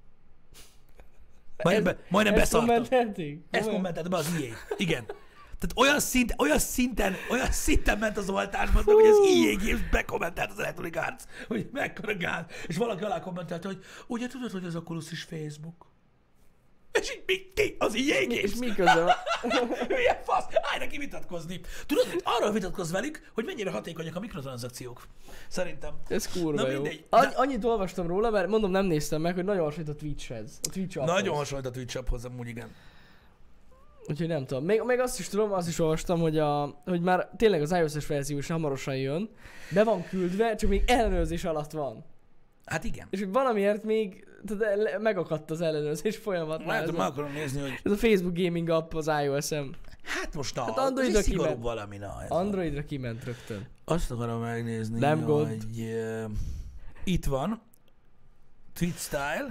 Majdnem beszartam. Ezt kommentelte be az EA. Igen. Tehát olyan szinten ment az oltásban, hogy az EA Games bekommentelt az Electronic Arts, hogy mekkora gál. És valaki alá kommentelte, hogy ugye tudod, hogy az Oculus is Facebook? És így ki? Az EA Games? És mi köze van? Milyen fasz? Állj neki vitatkozni. Tudod, hogy arról vitatkozz velük, hogy mennyire hatékonyak a mikrotranszakciók. Szerintem. Ez kurva Na jó. mindegy. Annyit olvastam róla, mert mondom, nem néztem meg, hogy nagyon hasonlít a Twitchhez. A Twitch apphoz. Nagyon hasonlít a Twitch apphoz, amúgy igen. Úgyhogy nem tudom. Még azt is tudom, azt is olvastam, hogy már tényleg az iOS-es verzió is hamarosan jön. Be van küldve, csak még ellenőrzés alatt van. Hát igen. És hogy valamiért még megakadt az ellenőrzés folyamatnál. Látom, meg akarom nézni, hogy... Ez a Facebook Gaming app az iOS-en. Hát most Hát Androidra szigorúbb valami, na. Androidra kiment rögtön. Azt akarom megnézni, Nem gond. hogy itt van. Twitch Style.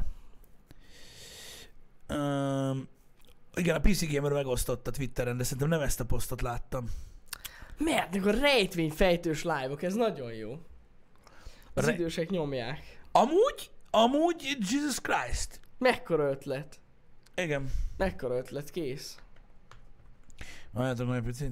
Igen, a PC Gamer megosztott a Twitteren, de szerintem nem ezt a posztot láttam. Mert a rejtvényfejtős live-ok, ez nagyon jó. Az idősek nyomják. Amúgy, Jesus Christ. Mekkora ötlet. Igen. Mekkora ötlet, kész. Várjátok meg egy picit.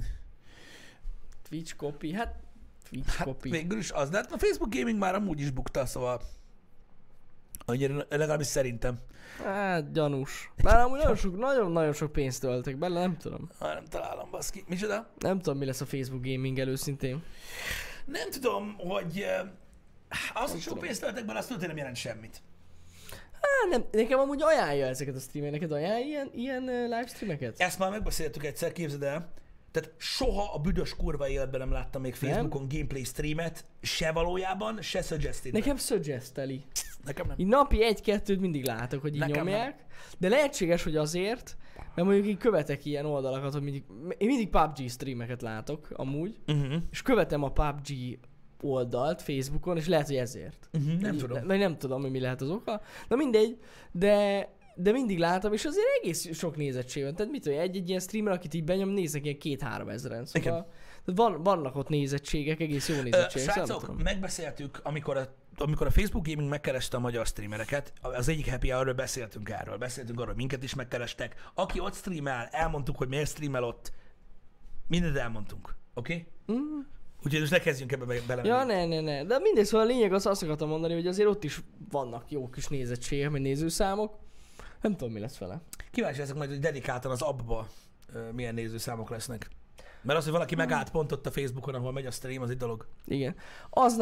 Twitch copy, hát Twitch copy. Végül is az, de hát a Facebook Gaming már amúgy is bukta, szóval annyira, legalábbis szerintem. Hát gyanús. Bár amúgy nagyon sok pénzt töltek bele, nem tudom. Nem találom, baszki. Micsoda? Nem tudom, mi lesz a Facebook Gaming őszintén. Nem tudom, hogy az, hogy sok pénzt töltek bele, azt tudod, hogy nem jelent semmit. Nem, nekem amúgy ajánlja ezeket a streameket. Neked ajánlja ilyen live streameket? Ezt már megbeszéltük egyszer, képzeld el. Tehát soha a büdös kurva életben nem láttam még Facebookon gameplay streamet, se valójában, se suggested. Nekem suggesteli. Nekem nem. Így napi 1-2-t mindig látok, hogy így Nekem nyomják. Nem. De lehetséges, hogy azért, mert mondjuk így követek ilyen oldalakat, hogy én mindig PUBG streameket látok amúgy, és követem a PUBG oldalt Facebookon, és lehet, hogy ezért. Nem tudom. Vagy nem tudom, hogy mi lehet az oka. Na mindegy, de mindig látom, és azért egész sok nézettség van. Tehát mit tudom, egy ilyen streamer, akit így benyom, néznek ilyen 2-3 ezeren. Szóval vannak ott nézettségek, egész jó nézettségek. Srácok, megbeszéltük, amikor a Facebook Gaming megkereste a magyar streamereket, az egyik happy hour-ről beszéltünk arról, hogy minket is megkerestek. Aki ott streamel, elmondtuk, hogy miért streamel ott, mindent elmondtunk, oké? Okay? Úgyhogy most ne kezdjünk ebbe belemenni. Ja, ne. De mindegy, szóval a lényeg azt akartam mondani, hogy azért ott is vannak jó kis nézettségek, meg nézőszámok. Nem tudom, mi lesz vele. Kíváncsi leszek majd, hogy dedikáltan az appba milyen nézőszámok lesznek. Mert az, hogy valaki megállt pont ott a Facebookon, ahol megy a stream, az egy dolog. Igen. Az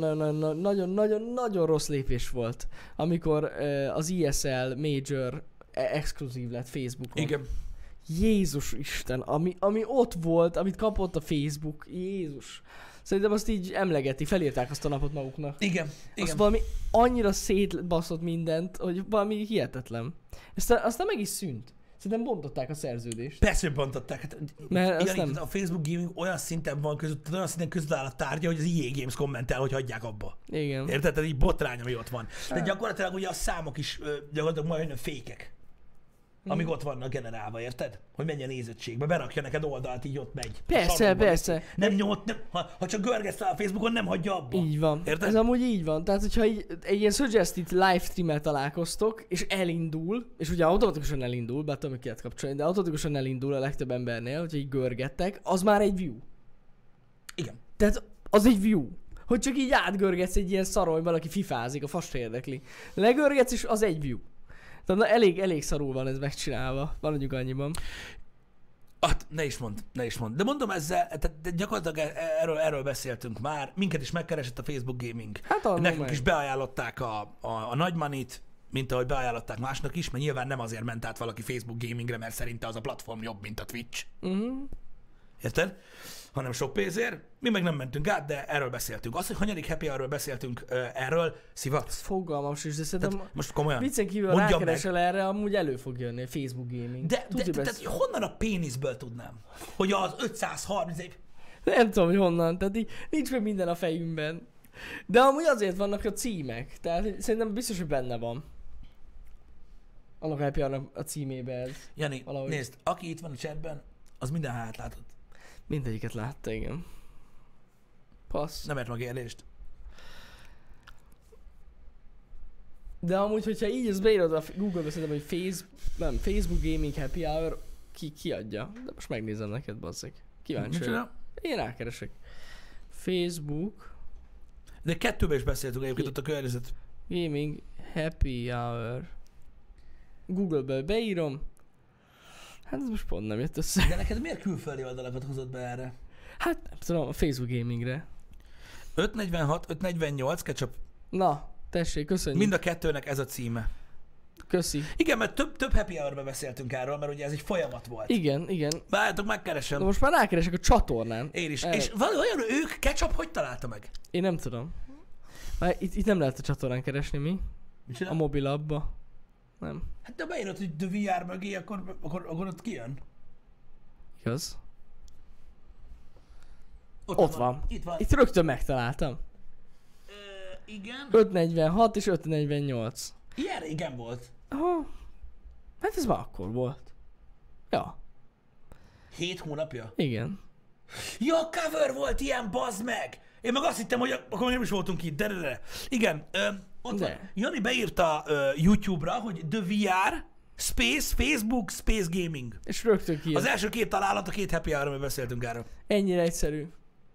nagyon rossz lépés volt, amikor az ESL Major exkluzív lett Facebookon. Igen. Jézus Isten, ami ott volt, amit kapott a Facebook, Jézus. Szerintem azt így emlegeti, felírták azt a napot maguknak. Igen. Azt valami annyira szétbaszott mindent, hogy valami hihetetlen. Aztán meg is szűnt. Szerintem bontották a szerződést. Persze, hogy bontották. Hát, mert igen, nem... A Facebook Gaming olyan szinten van olyan szinten között áll a tárgya, hogy az EA Games kommentel, hogy hagyják abba. Igen. Érted? Tehát így botrány, ami ott van. De gyakorlatilag ugye a számok is gyakorlatilag majd fékek. Amíg ott vannak generálva, érted? Hogy menjen nézettségbe, berakja neked oldalt, így ott megy. Persze. Nem ha csak görgetsz rá a Facebookon, nem hagyja abba. Így van. Érted? Ez amúgy így van. Tehát, hogyha egy ilyen suggested live stream-el találkoztok, és elindul, és ugye automatikusan elindul, bár tudom, hogy ki lehet kapcsolni, de automatikusan elindul a legtöbb embernél, hogyha így görgettek, az már egy view. Igen. Tehát az egy view. Hogy csak így átgörgetsz egy ilyen szaron, hogy valaki fifázik, a fast érdekli. Legörgetsz, és az egy view. Tehát elég szarul van ez megcsinálva, maradjunk annyiban. Ne is mond. De mondom ezzel, tehát gyakorlatilag erről beszéltünk már, minket is megkeresett a Facebook Gaming. Hát nekünk is beajánlották a nagy money-t, mint ahogy beajánlották másnak is, mert nyilván nem azért ment át valaki Facebook Gamingre, mert szerinte az a platform jobb, mint a Twitch. Érted? Hanem sok pénzért. Mi meg nem mentünk át, de erről beszéltünk. Az, hogy hanyadik happy hour-ről beszéltünk erről, Sziva. Fogalmas is, de szerintem most komolyan. Viccen kívül rákeresel erre, amúgy elő fog jönni a Facebook Gaming. De honnan a péniszből tudnám? Hogy az 530 év... Nem tudom, hogy honnan. Tehát így nincs meg minden a fejünkben. De amúgy azért vannak a címek. Tehát szerintem biztos, hogy benne van. Annak a happy hour-nak a címébe ez. Jani, valahogy. Nézd, aki itt van a chatben, az minden hát látott. Mindegyiket látta, igen. Passz. Nem ért meg kérdést. De amúgy, hogyha így ezt beírod a Google-be, szerintem, hogy Facebook Gaming Happy Hour, ki adja. De most megnézem neked, bazzeg. Kíváncsi vagyok. Én rákeresek. Facebook. De kettőben is beszéltünk egyébként ott a környezet. Gaming Happy Hour. Google-be beírom. Hát ez most pont nem jött össze. De neked miért külföldi oldalakat hozott be erre? Hát nem tudom, a Facebook Gamingre. 546, 548, ketchup. Na, tessék, köszönjük. Mind a kettőnek ez a címe. Köszi. Igen, mert több happy hour-ben beszéltünk erről, mert ugye ez egy folyamat volt. Igen. Várjátok, megkeresem. De most már rákeresek a csatornán. Én is. És vajon ők ketchup hogy találta meg? Én nem tudom. Itt nem lehet a csatornán keresni, mi? Micsoda? A mobil abba. Nem. Hát de beírod, hogy The VR mögé, akkor ott kijön. Igaz? Ott Ott van. Itt van. Itt rögtön megtaláltam. Igen. 546 és 548. Ilyen régen volt. Aha. Hát ez már akkor volt. Ja, 7 hónapja. igen. Ja, cover volt ilyen, bazd meg! Én meg azt hittem, hogy akkor nem is voltunk itt, de. Igen, ott van. De. Jani beírta YouTube-ra, hogy The VR, Space, Facebook, Space Gaming. És rögtön kijön. Az első 2 találat, a 2 happy hour-ról beszéltünk erről. Ennyire egyszerű.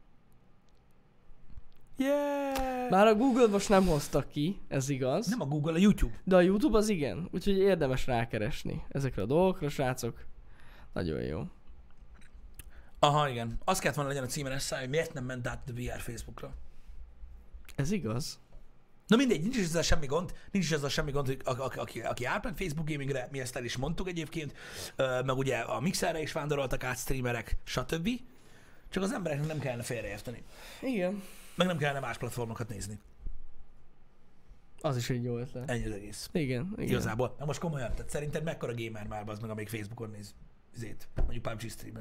Yeah! Már a Google most nem hoztak ki, ez igaz. Nem a Google, a YouTube. De a YouTube az igen. Úgyhogy érdemes rákeresni ezekre a dolgokra, srácok. Nagyon jó. Aha, igen. Azt kellett volna legyen a címen eszá, hogy miért nem ment át a VR Facebookra. Ez igaz. Na mindegy, nincs is ezzel semmi gond, hogy aki átment Facebook Gamingre, mi ezt el is mondtuk egyébként, meg ugye a Mixerre is vándoroltak át streamerek, stb. Csak az embereknek nem kellene félreérteni. Igen. Meg nem kellene más platformokat nézni. Az is egy jó ötlet. Ennyi az egész. Igen, igen. Igazából. Na most komolyan, tehát szerinted mekkora gamer már az meg, amelyik Facebookon néz mondjuk PUBG streamet.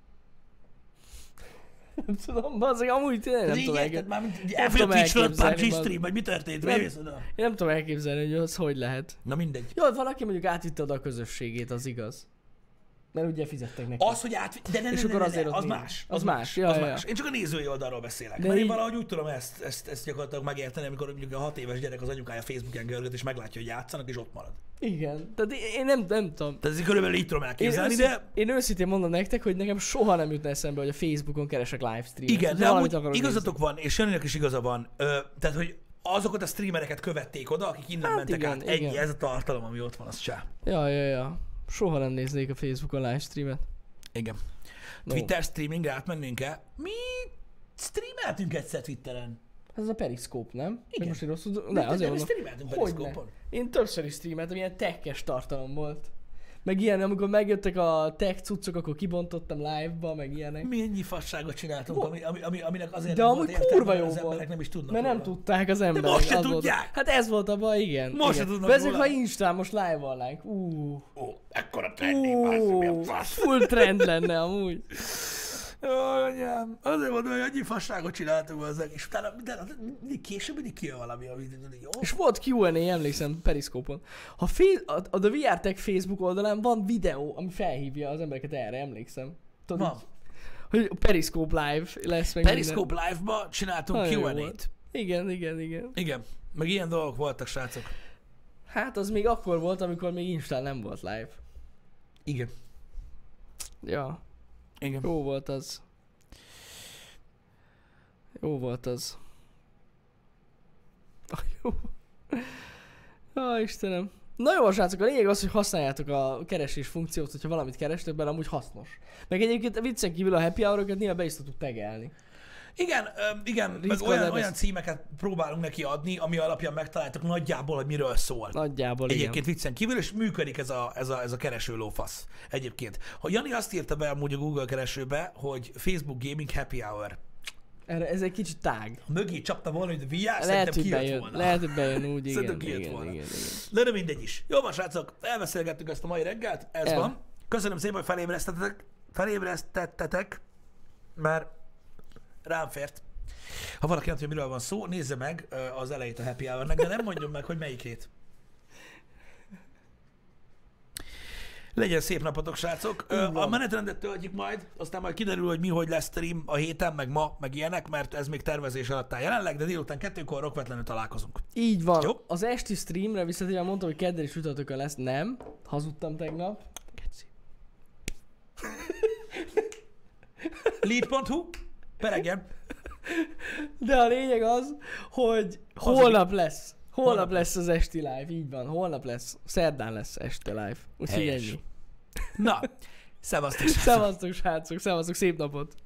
Nem tudom, bazzeg, amúgy tényleg nem tudom elképzelni. Már Nem elfogyott tudom Twitch-ről elképzelni, PUBG stream, vagy mi történt? Nem. Mész oda? Én nem tudom elképzelni, hogy az hogy lehet. Na mindegy. Jó, valaki mondjuk átvitte oda a közösségét, az igaz. Mert ugye fizettek neki. Az, hogy de ne, És akkor azért ott az néz. más. Az más. Ja, az ja, más. Én csak a nézői oldalról beszélek. De Mert én így- valahogy úgy tudom ezt gyakorlatilag megérteni, amikor mondjuk a 6 éves gyerek az anyukája Facebooken görget, és meglátja, hogy játszanak, és ott marad. Igen. Tehát én nem tudom. Tehát ez körülbelül így tudom elképzelni, de Én őszintén mondom nektek, hogy nekem soha nem jutna eszembe, hogy a Facebookon keresek livestreamet. igen, de valamit amúgy akarok igazatok van, és Janinak is igaza van. Tehát, hogy azokat a streamereket követték oda, akik innen Hát mentek igen, át. Ennyi, igen. ez a tartalom, ami ott van, az csá. Ja. Soha nem néznék a Facebookon livestreamet. Igen. No. Twitter streamingre átmennénk-e? Mi streameltünk egyszer Twitteren. Ez a Periscope, nem? Igen. Vagy most én rosszul... De Ne, azért mi mondom. streameltünk Hogyne. Periscope-on. Én többször is streameltem, ilyen tekkes tartalom volt. Meg ilyen, amikor megjöttek a tech cuccok, akkor kibontottam live-ba, meg ilyenek. Mi ennyi fasságot csináltunk, aminek azért De nem amúgy volt értelme, kurva mert jó az volt. emberek nem is tudnak Mert nem róla. tudták az emberek. most se az volt. tudják. Hát ez volt a baj, igen. Most se igen. tudnak Bezzeg, róla. ha Instán most live-olnánk. Ó, ekkora trending, mi a fasz. Full trend lenne amúgy. Jaj, anyám, azért mondom, hogy annyi fasságot csináltunk hozzá, és utána mindig később mindig kijön valami, ami jó. És volt Q&A, emlékszem, Periscope-on. A The VR Tech Facebook oldalán van videó, ami felhívja az embereket erre, emlékszem. Tudod, Van. így, hogy Periscope Live lesz meg Periscope Live-ba csináltunk Nagyon jó Q&A-t. volt. Igen. Igen, meg ilyen dolgok voltak, srácok. Hát az még akkor volt, amikor még Instán nem volt live. Igen. Ja, Igen. jó volt az. Jó volt az. Jó. Istenem. Na jó, srácok, a lényeg az, hogy használjátok a keresés funkciót, hogyha valamit kerestek bele, amúgy hasznos. Meg egyébként viccen kívül a happy hour-okat néha be is tudtuk tagelni. Igen, meg Risk olyan címeket próbálunk neki adni, ami alapján megtaláltak nagyjából, hogy miről szól. Nagyjából Egyébként viccen kívül, és működik ez a kereső lófasz. Egyébként. Ha Jani azt írta be amúgy a Google keresőbe, hogy Facebook Gaming Happy Hour. Erre, ez egy kicsit tág. Ha mögé csapta volna, hogy VR, Lehet, szerintem hogy kijött bejön. volna. Lehet, hogy bejön úgy, igen. Szerintem kijött volna. Igen. De mindegy is. Jó van, srácok, elbeszélgettük ezt a mai reggelt, ez van. Köszönöm szépen, hogy felébresztettetek, mert rám fért. Ha valaki nem tudja, miről van szó, nézze meg az elejét a Happy Hour-nek, de nem mondjon meg, hogy melyikét. Legyen szép napotok, srácok. A menetrendet töltjük majd, aztán majd kiderül, hogy mi, hogy lesz stream a héten, meg ma, meg ilyenek, mert ez még tervezés alatt áll jelenleg, de délután 2-kor rokvetlenül találkozunk. Így van. Jó. Az esti streamre visszatérve mondtam, hogy kedden és csütörtökön lesz. Nem. Hazudtam tegnap. Lead.hu, peregjen. De a lényeg az, hogy holnap lesz. Holnap lesz az esti live, így van. Holnap lesz. Szerdán lesz este live. Úgyhogy Helyes. ennyi. Na, szevasztok. Szevasztok, srácok. Szevasztok, szép napot.